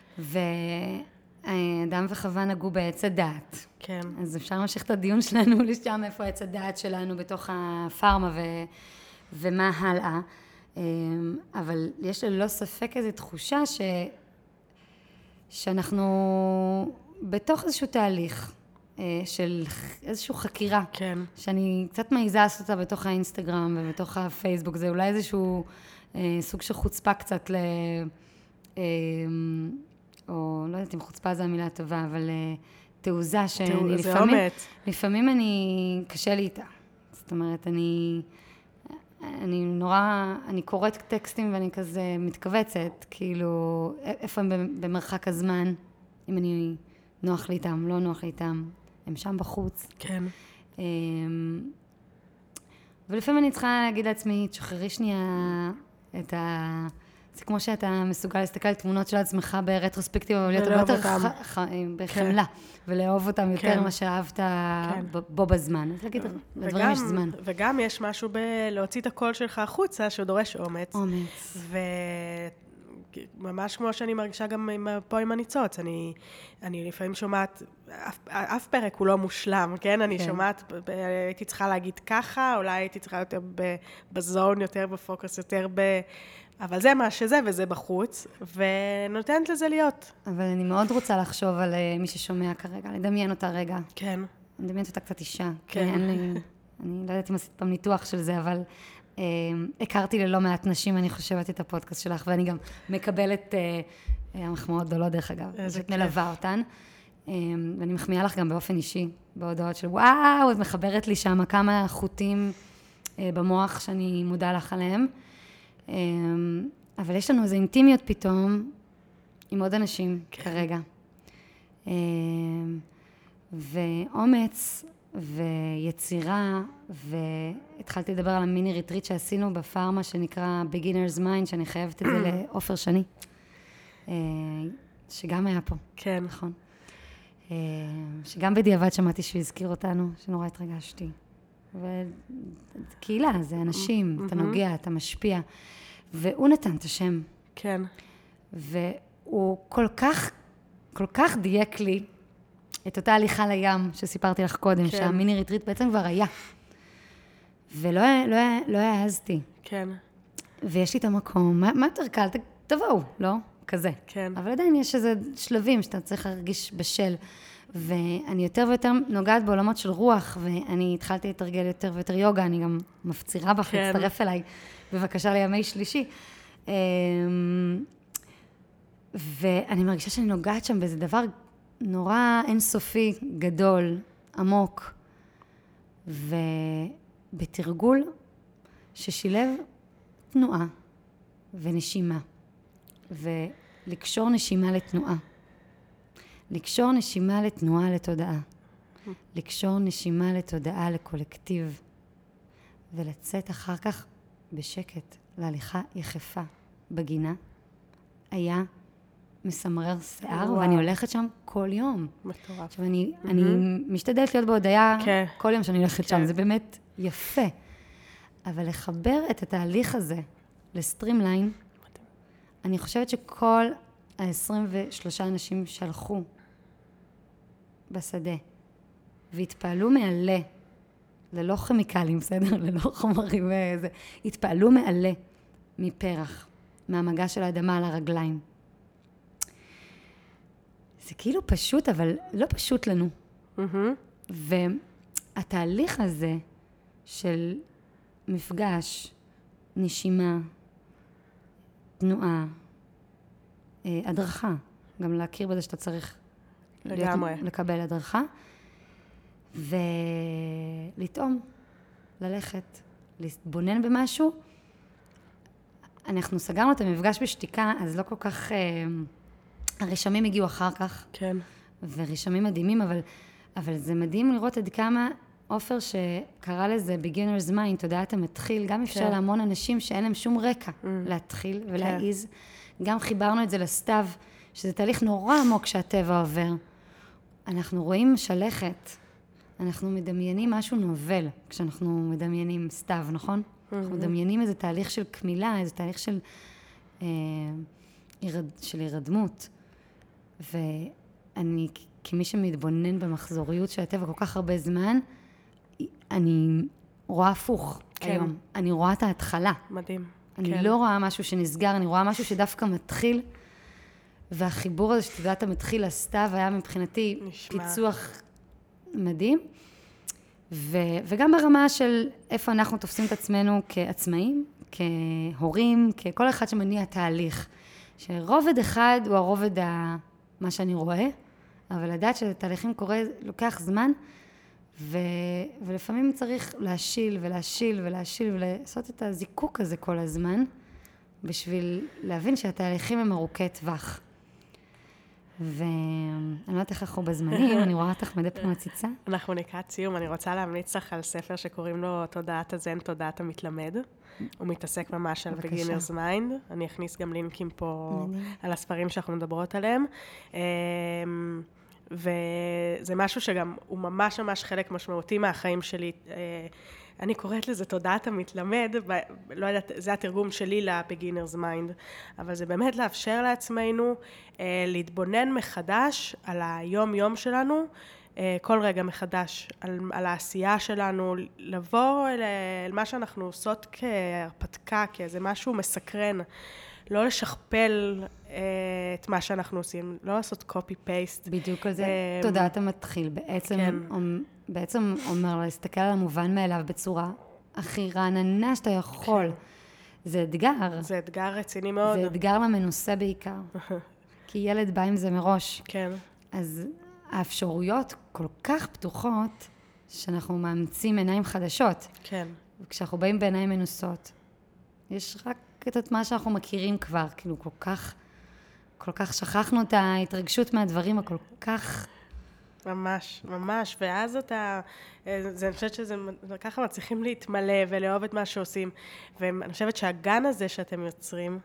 Speaker 2: ואדם וחווה נגעו בעץ הדעת.
Speaker 1: כן.
Speaker 2: אז אפשר להמשיך את הדיון שלנו לשם, איפה עץ הדעת שלנו בתוך הפארמה ומה הלאה. אבל יש ללא ספק איזו תחושה שאנחנו בתוך איזשהו תהליך של איזושהי חקירה. כן. שאני קצת מעיזה לעשות אותה בתוך האינסטגרם ובתוך הפייסבוק. זה אולי איזשהו סוג של חוצפה קצת או לא יודעת אם חוצפה זו המילה הטובה, אבל תעוזה שאני לפעמים אני קשה לי איתה. זאת אומרת, אני קוראת טקסטים ואני כזה מתכווצת, כאילו, איפה הם במרחק הזמן, אם אני נוח לי איתם, לא נוח לי איתם, הם שם בחוץ.
Speaker 1: כן.
Speaker 2: ולפעמים אני צריכה להגיד לעצמי, תשחררי שנייה את ה... זה כמו שאתה מסוגל להסתכל על תמונות של עצמך ברטרוספקטיבה, אבל להיות הרבה יותר בחמלה, ולאהוב אותם יותר ממה שאהבת בו בזמן. אז להגיד, לדברים יש זמן.
Speaker 1: וגם יש משהו בלהוציא את הקול שלך החוצה, שדורש אומץ.
Speaker 2: אומץ.
Speaker 1: ממש כמו שאני מרגישה גם פה עם הניצוץ. אני לפעמים שומעת, אף פרק הוא לא מושלם, כן? אני שומעת, הייתי צריכה להגיד ככה, אולי הייתי צריכה יותר בזון, יותר בפוקוס, יותר אבל זה מה שזה, וזה בחוץ, ונותנת לזה להיות.
Speaker 2: אבל אני מאוד רוצה לחשוב על מי ששומע כרגע, לדמיין אותה רגע.
Speaker 1: כן.
Speaker 2: אני מדמיינת אותה קצת אישה.
Speaker 1: כן.
Speaker 2: אני לא יודעת אם עשית פעם ניתוח של זה, אבל הכרתי ללא מעט נשים, אני חושבת את הפודקאסט שלך, ואני גם מקבלת המחמאות גדולות דרך אגב. זאת מלווה אותן. ואני מחמיאה לך גם באופן אישי, בהודעות של וואו, את מחברת לי שם כמה חוטים במוח שאני מודה לך עליהם. אבל יש לנו איזו אינטימיות פתאום עם עוד אנשים כרגע. ואומץ ויצירה, והתחלתי לדבר על המיני ריטריט שעשינו בפארמה שנקרא Beginner's Mind, שאני חייבת את זה לאופר שני, שגם היה פה. כן. נכון. שגם בדיעבד שמעתי שהוא הזכיר אותנו, שנורא התרגשתי. וקהילה, זה אנשים, אתה נוגע, אתה משפיע. והוא נתן את השם.
Speaker 1: כן.
Speaker 2: והוא כל כך דייק לי את אותה הליכה לים שסיפרתי לך קודם, שהמיני ריטריט בעצם כבר היה. ולא העזתי.
Speaker 1: כן.
Speaker 2: ויש לי את המקום, מה יותר קל? תבואו, לא? כזה.
Speaker 1: כן.
Speaker 2: אבל עדיין יש איזה שלבים שאתה צריך להרגיש בשל. ואני יותר ויותר נוגעת בעולמות של רוח, ואני התחלתי לתרגל יותר ויותר יוגה, אני גם מפצירה בך להצטרף אליי, בבקשה לימי שלישי. ואני מרגישה שאני נוגעת שם באיזה דבר נורא אינסופי, גדול, עמוק, ובתרגול ששילב תנועה ונשימה, ולקשור נשימה לתנועה. לקשור נשימה לתנועה לתודעה. לקשור נשימה לתודעה לקולקטיב. ולצאת אחר כך בשקט להליכה יחפה בגינה. היה מסמרר שיער, ואני הולכת שם כל יום.
Speaker 1: מטורף.
Speaker 2: עכשיו, אני משתדלת להיות בהודעה כל יום שאני הולכת שם, זה באמת יפה. אבל לחבר את התהליך הזה לסטרימליין, אני חושבת שכל ה-23 אנשים שהלכו בשדה, והתפעלו מעלה, ללא כימיקלים, בסדר? ללא חומרים וזה, התפעלו מעלה מפרח, מהמגע של האדמה על הרגליים. זה כאילו פשוט, אבל לא פשוט לנו. והתהליך הזה של מפגש, נשימה, תנועה, הדרכה, גם להכיר בזה שאתה צריך לקבל הדרכה, ולטעום, ללכת, להתבונן במשהו. אנחנו סגרנו את המפגש בשתיקה, אז לא כל כך, הרשמים הגיעו אחר כך,
Speaker 1: כן.
Speaker 2: ורשמים מדהימים, אבל זה מדהים לראות עד כמה אופר שקרא לזה Beginner's Mind, תודעת המתחיל, גם אפשר להמון אנשים שאין להם שום רקע להתחיל ולהעיז. גם חיברנו את זה לסתיו, שזה תהליך נורא עמוק שהטבע עובר. אנחנו רואים שלכת, אנחנו מדמיינים משהו נובל, כשאנחנו מדמיינים סתיו, נכון? אנחנו מדמיינים איזה תהליך של כמילה, איזה תהליך של ירדמות. ואני, כמי שמתבונן במחזוריות של הטבע כל כך הרבה זמן, אני רואה הפוך היום. אני רואה את ההתחלה.
Speaker 1: מדהים.
Speaker 2: אני לא רואה משהו שנסגר, אני רואה משהו שדווקא מתחיל, והחיבור הזה שתדעת המתחיל לסתיו היה מבחינתי פיצוח מדהים, וגם ברמה של איפה אנחנו תופסים את עצמנו כעצמאים, כהורים, ככל אחד שמניע תהליך, שרובד אחד הוא הרובד מה שאני רואה, אבל לדעת שתהליכים קורה, לוקח זמן, ולפעמים צריך להשיל ולהשיל ולהשיל ולעשות את הזיקוק הזה כל הזמן, בשביל להבין שהתהליכים הם ארוכי טווח. ואני לא יודעת איך אנחנו בזמנים, אני רואה אותך מדי פעם מציצה.
Speaker 1: אנחנו לקראת סיום, אני רוצה להמליץ לך על ספר שקוראים לו תודעת הזן, תודעת המתלמד. הוא מתעסק ממש על beginner's mind. אני אכניס גם לינקים פה על הספרים שאנחנו מדברות עליהם. וזה משהו שגם הוא ממש ממש חלק משמעותי מהחיים שלי. אני קוראת לזה תודעת המתלמד, לא יודעת, זה התרגום שלי ל-beginner's mind, אבל זה באמת לאפשר לעצמנו להתבונן מחדש על היום-יום שלנו, כל רגע מחדש, על העשייה שלנו, לבוא אל מה שאנחנו עושות כהרפתקה, כאיזה משהו מסקרן, לא לשכפל את מה שאנחנו עושים, לא לעשות copy-paste.
Speaker 2: בדיוק על זה, תודעת המתחיל, בעצם אומר להסתכל על המובן מאליו בצורה הכי רעננה שאתה יכול. זה אתגר.
Speaker 1: זה אתגר רציני מאוד.
Speaker 2: זה אתגר למנוסה בעיקר. כי ילד בא עם זה מראש.
Speaker 1: כן.
Speaker 2: אז האפשרויות כל כך פתוחות, שאנחנו מאמצים עיניים חדשות.
Speaker 1: כן.
Speaker 2: וכשאנחנו באים בעיניים מנוסות, יש רק את מה שאנחנו מכירים כבר, כאילו כל כך שכחנו את ההתרגשות מהדברים הכל כך...
Speaker 1: ממש, ממש, ואז אני חושבת שזה, ככה מצליחים להתמלא ולאהוב את מה שעושים, ואני חושבת שהגן הזה שאתם יוצרים,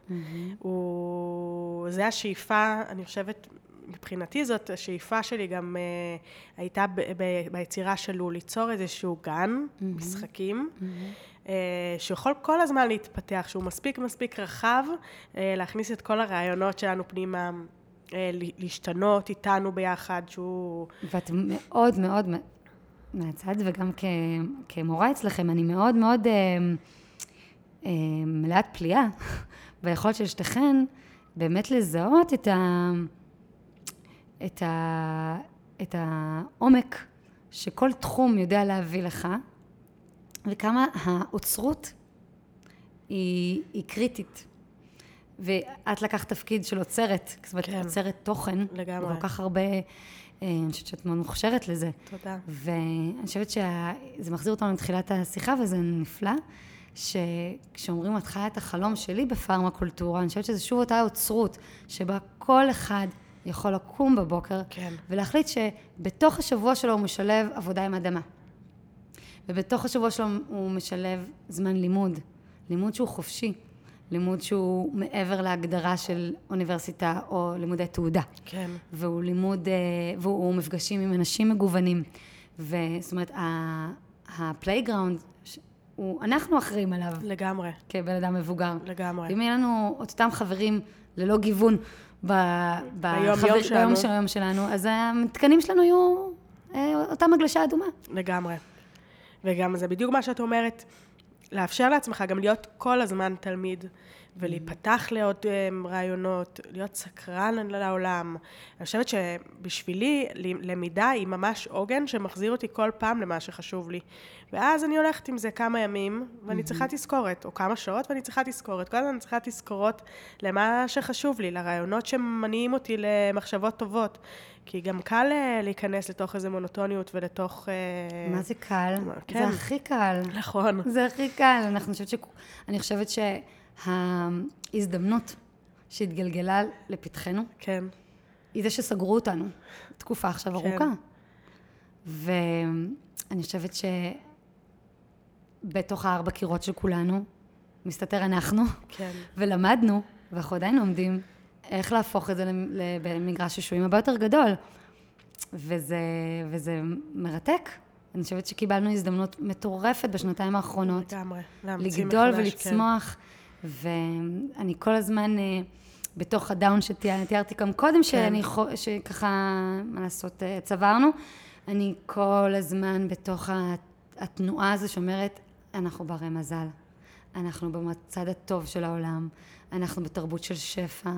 Speaker 1: זה השאיפה, אני חושבת, מבחינתי זאת, השאיפה שלי גם הייתה ביצירה שלו, ליצור איזשהו גן, משחקים, שיכול כל הזמן להתפתח, שהוא מספיק רחב, להכניס את כל הרעיונות שלנו פנימה, להשתנות איתנו ביחד, שהוא...
Speaker 2: ואת מאוד מאוד מהצד, וגם כמורה אצלכם, אני מאוד מאוד מלאת פליאה, והיכולת של שתיכן באמת לזהות את העומק שכל תחום יודע להביא לך, וכמה האוצרות היא קריטית. ואת לקחת תפקיד של עוצרת, זאת אומרת, עוצרת תוכן.
Speaker 1: לגמרי.
Speaker 2: וכל כך הרבה, אני חושבת שאת מאוד מוכשרת לזה.
Speaker 1: תודה.
Speaker 2: ואני חושבת שזה מחזיר אותנו לתחילת השיחה, וזה נפלא, שכשאומרים את חיה את החלום שלי בפרמקולטורה, אני חושבת שזה שוב אותה אוצרות, שבה כל אחד יכול לקום בבוקר, ולהחליט שבתוך השבוע שלו הוא משלב עבודה עם אדמה. ובתוך השבוע שלו הוא משלב זמן לימוד שהוא חופשי, לימוד שהוא מעבר להגדרה של אוניברסיטה או לימודי תעודה.
Speaker 1: כן.
Speaker 2: והוא מפגשים עם אנשים מגוונים. זאת אומרת, הפלייגראונד, אנחנו אחראים עליו.
Speaker 1: לגמרי.
Speaker 2: כבן אדם מבוגר.
Speaker 1: לגמרי.
Speaker 2: אם יהיה לנו את אותם חברים ללא גיוון ביום שלנו, אז המתקנים שלנו יהיו אותה מגלשה אדומה.
Speaker 1: לגמרי. וגם זה בדיוק מה שאת אומרת, לאפשר לעצמך גם להיות כל הזמן תלמיד, ולהיפתח לעוד רעיונות, להיות סקרן לעולם. אני חושבת שבשבילי, למידה היא ממש עוגן שמחזיר אותי כל פעם למה שחשוב לי. ואז אני הולכת עם זה כמה ימים, ואני צריכה תזכורת, או כמה שעות, ואני צריכה תזכורת. כל הזמן אני צריכה תזכורות למה שחשוב לי, לרעיונות שמניעים אותי למחשבות טובות. כי גם קל להיכנס לתוך איזו מונוטוניות ולתוך...
Speaker 2: מה זה קל? זה הכי קל.
Speaker 1: נכון.
Speaker 2: זה הכי קל. אני חושבת שההזדמנות שהתגלגלה לפתחנו,
Speaker 1: כן.
Speaker 2: היא זה שסגרו אותנו תקופה עכשיו ארוכה. ואני חושבת שבתוך 4 קירות של כולנו, מסתתר אנחנו, ולמדנו, ואנחנו עדיין לומדים, איך להפוך את זה למגרש שעשועים הרבה יותר גדול. וזה מרתק. אני חושבת שקיבלנו הזדמנות מטורפת בשנתיים האחרונות.
Speaker 1: לגמרי.
Speaker 2: לגדול ולצמוח. ואני כל הזמן, בתוך הדאון שתיארתי גם קודם, שככה, מה לעשות, צברנו, אני כל הזמן בתוך התנועה הזו שאומרת, אנחנו ברי מזל. אנחנו בצד הטוב של העולם. אנחנו בתרבות של שפע.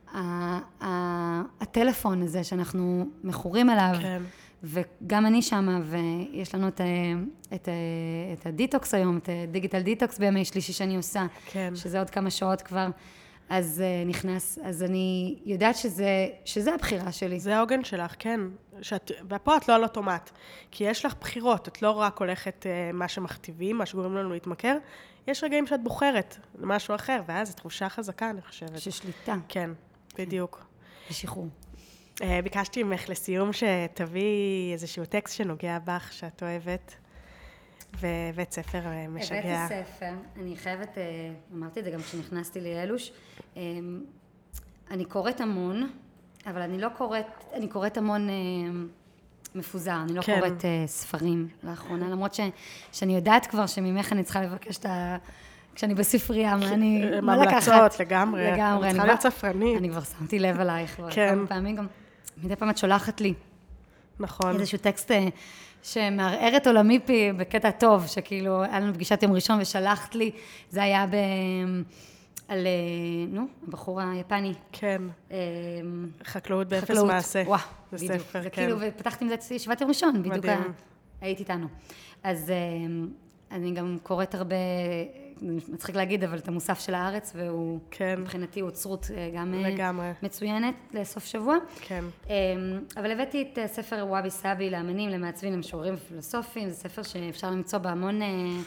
Speaker 2: הטלפון הזה שאנחנו מכורים אליו, וגם אני שמה, ויש לנו את הדיטוקס היום, את הדיגיטל דיטוקס בימי שלישי שאני עושה, שזה עוד כמה שעות כבר, אז נכנס, אז אני יודעת שזה הבחירה שלי.
Speaker 1: זה העוגן שלך, כן. ופה את לא על אוטומט, כי יש לך בחירות, את לא רק הולכת מה שמכתיבים, מה שגורם לנו להתמכר, יש רגעים שאת בוחרת למשהו אחר, ואז זו תחושה חזקה, אני חושבת.
Speaker 2: ששליטה.
Speaker 1: כן, בדיוק.
Speaker 2: ושחרור.
Speaker 1: ביקשתי ממך לסיום שתביא איזשהו טקסט שנוגע בך, שאת אוהבת, והבאת ספר משגע.
Speaker 2: הבאתי ספר, אני חייבת, אמרתי את זה גם כשנכנסתי לאלוש, אני קוראת המון, אבל אני קוראת המון מפוזר, אני לא קוראת ספרים לאחרונה, למרות שאני יודעת כבר שממך אני צריכה לבקש כשאני בספרייה, מה לקחת?
Speaker 1: ממלצות, לגמרי. אני צריכה להיות ספרנית.
Speaker 2: אני כבר שמתי לב עלייך, כבר כמה פעמים גם, מדי פעם את שולחת לי.
Speaker 1: נכון.
Speaker 2: איזשהו טקסט שמערער את עולמי פי בקטע טוב, שכאילו, היה לנו פגישת יום ראשון ושלחת לי, זה היה על, הבחור היפני.
Speaker 1: כן. חקלאות באפס מעשה.
Speaker 2: וואו,
Speaker 1: זה
Speaker 2: בדיוק.
Speaker 1: ספר,
Speaker 2: זה
Speaker 1: כן.
Speaker 2: כאילו, ופתחתי עם זה ישיבת יום ראשון, בדיוק היית איתנו. אז אני גם קוראת הרבה, מצחיק להגיד, אבל את המוסף של הארץ, והוא, מבחינתי, הוא אוצרות גם מצוינת לסוף שבוע.
Speaker 1: כן.
Speaker 2: אבל הבאתי את ספר וואבי סאבי לאמנים, למעצבים, למשוררים ופילוסופים, זה ספר שאפשר למצוא בהמון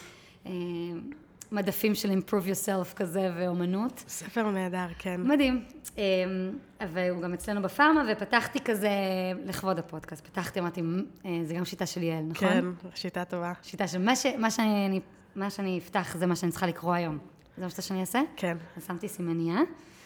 Speaker 2: מדפים של improve yourself כזה ואומנות.
Speaker 1: ספר נהדר, כן.
Speaker 2: מדהים. והוא גם אצלנו בפארמה, ופתחתי כזה לכבוד הפודקאסט. פתחתי, אמרתי, זה גם שיטה של יעל, נכון?
Speaker 1: כן, שיטה טובה.
Speaker 2: שיטה של מה שאני אפתח זה מה שאני צריכה לקרוא היום. זה מה שאני אעשה?
Speaker 1: כן.
Speaker 2: אז שמתי סימניה,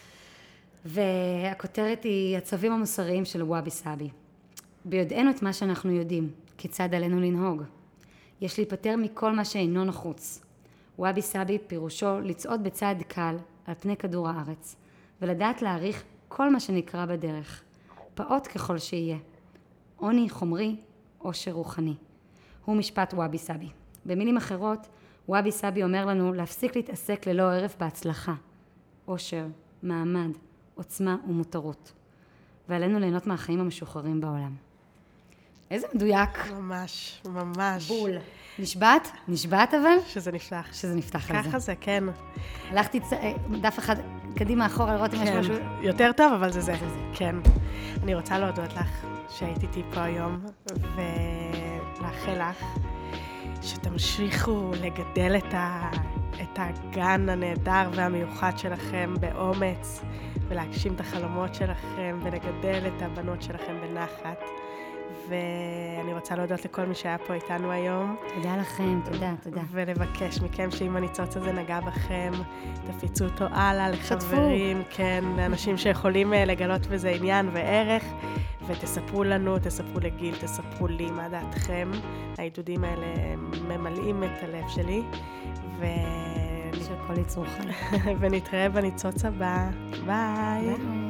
Speaker 2: והכותרת היא הצווים המוסריים של וואבי סאבי. ביודענו את מה שאנחנו יודעים, כיצד עלינו לנהוג. יש להיפטר מכל מה שאינו נחוץ. וואבי סאבי פירושו לצעוד בצעד קל על פני כדור הארץ, ולדעת להעריך כל מה שנקרא בדרך, פעוט ככל שיהיה. עוני חומרי, עושר רוחני. הוא משפט וואבי סאבי. במילים אחרות, וואבי סאבי אומר לנו להפסיק להתעסק ללא ערף בהצלחה, עושר, מעמד, עוצמה ומותרות. ועלינו ליהנות מהחיים המשוחררים בעולם. איזה מדויק.
Speaker 1: ממש, ממש.
Speaker 2: בול. נשבעת? נשבעת אבל?
Speaker 1: שזה נפתח.
Speaker 2: שזה נפתח על זה.
Speaker 1: ככה זה, כן.
Speaker 2: הלכתי דף אחד קדימה אחורה לראות אם יש משהו.
Speaker 1: יותר טוב, אבל זה. כן. אני רוצה להודות לך שהיית איתי פה היום, ולאחל לך שתמשיכו לגדל את הגן הנהדר והמיוחד שלכם באומץ, ולהגשים את החלומות שלכם, ולגדל את הבנות שלכם בנחת. ואני רוצה להודות לכל מי שהיה פה איתנו היום.
Speaker 2: תודה לכם, תודה.
Speaker 1: ולבקש מכם שאם הניצוץ הזה נגע בכם, תפיצו אותו הלאה לחברים, כן, לאנשים שיכולים לגלות בזה עניין וערך, ותספרו לנו, תספרו לגיל, תספרו לי מה דעתכם. העידודים האלה ממלאים את הלב שלי,
Speaker 2: של כל יצור חי.
Speaker 1: ונתראה בניצוץ הבא. ביי.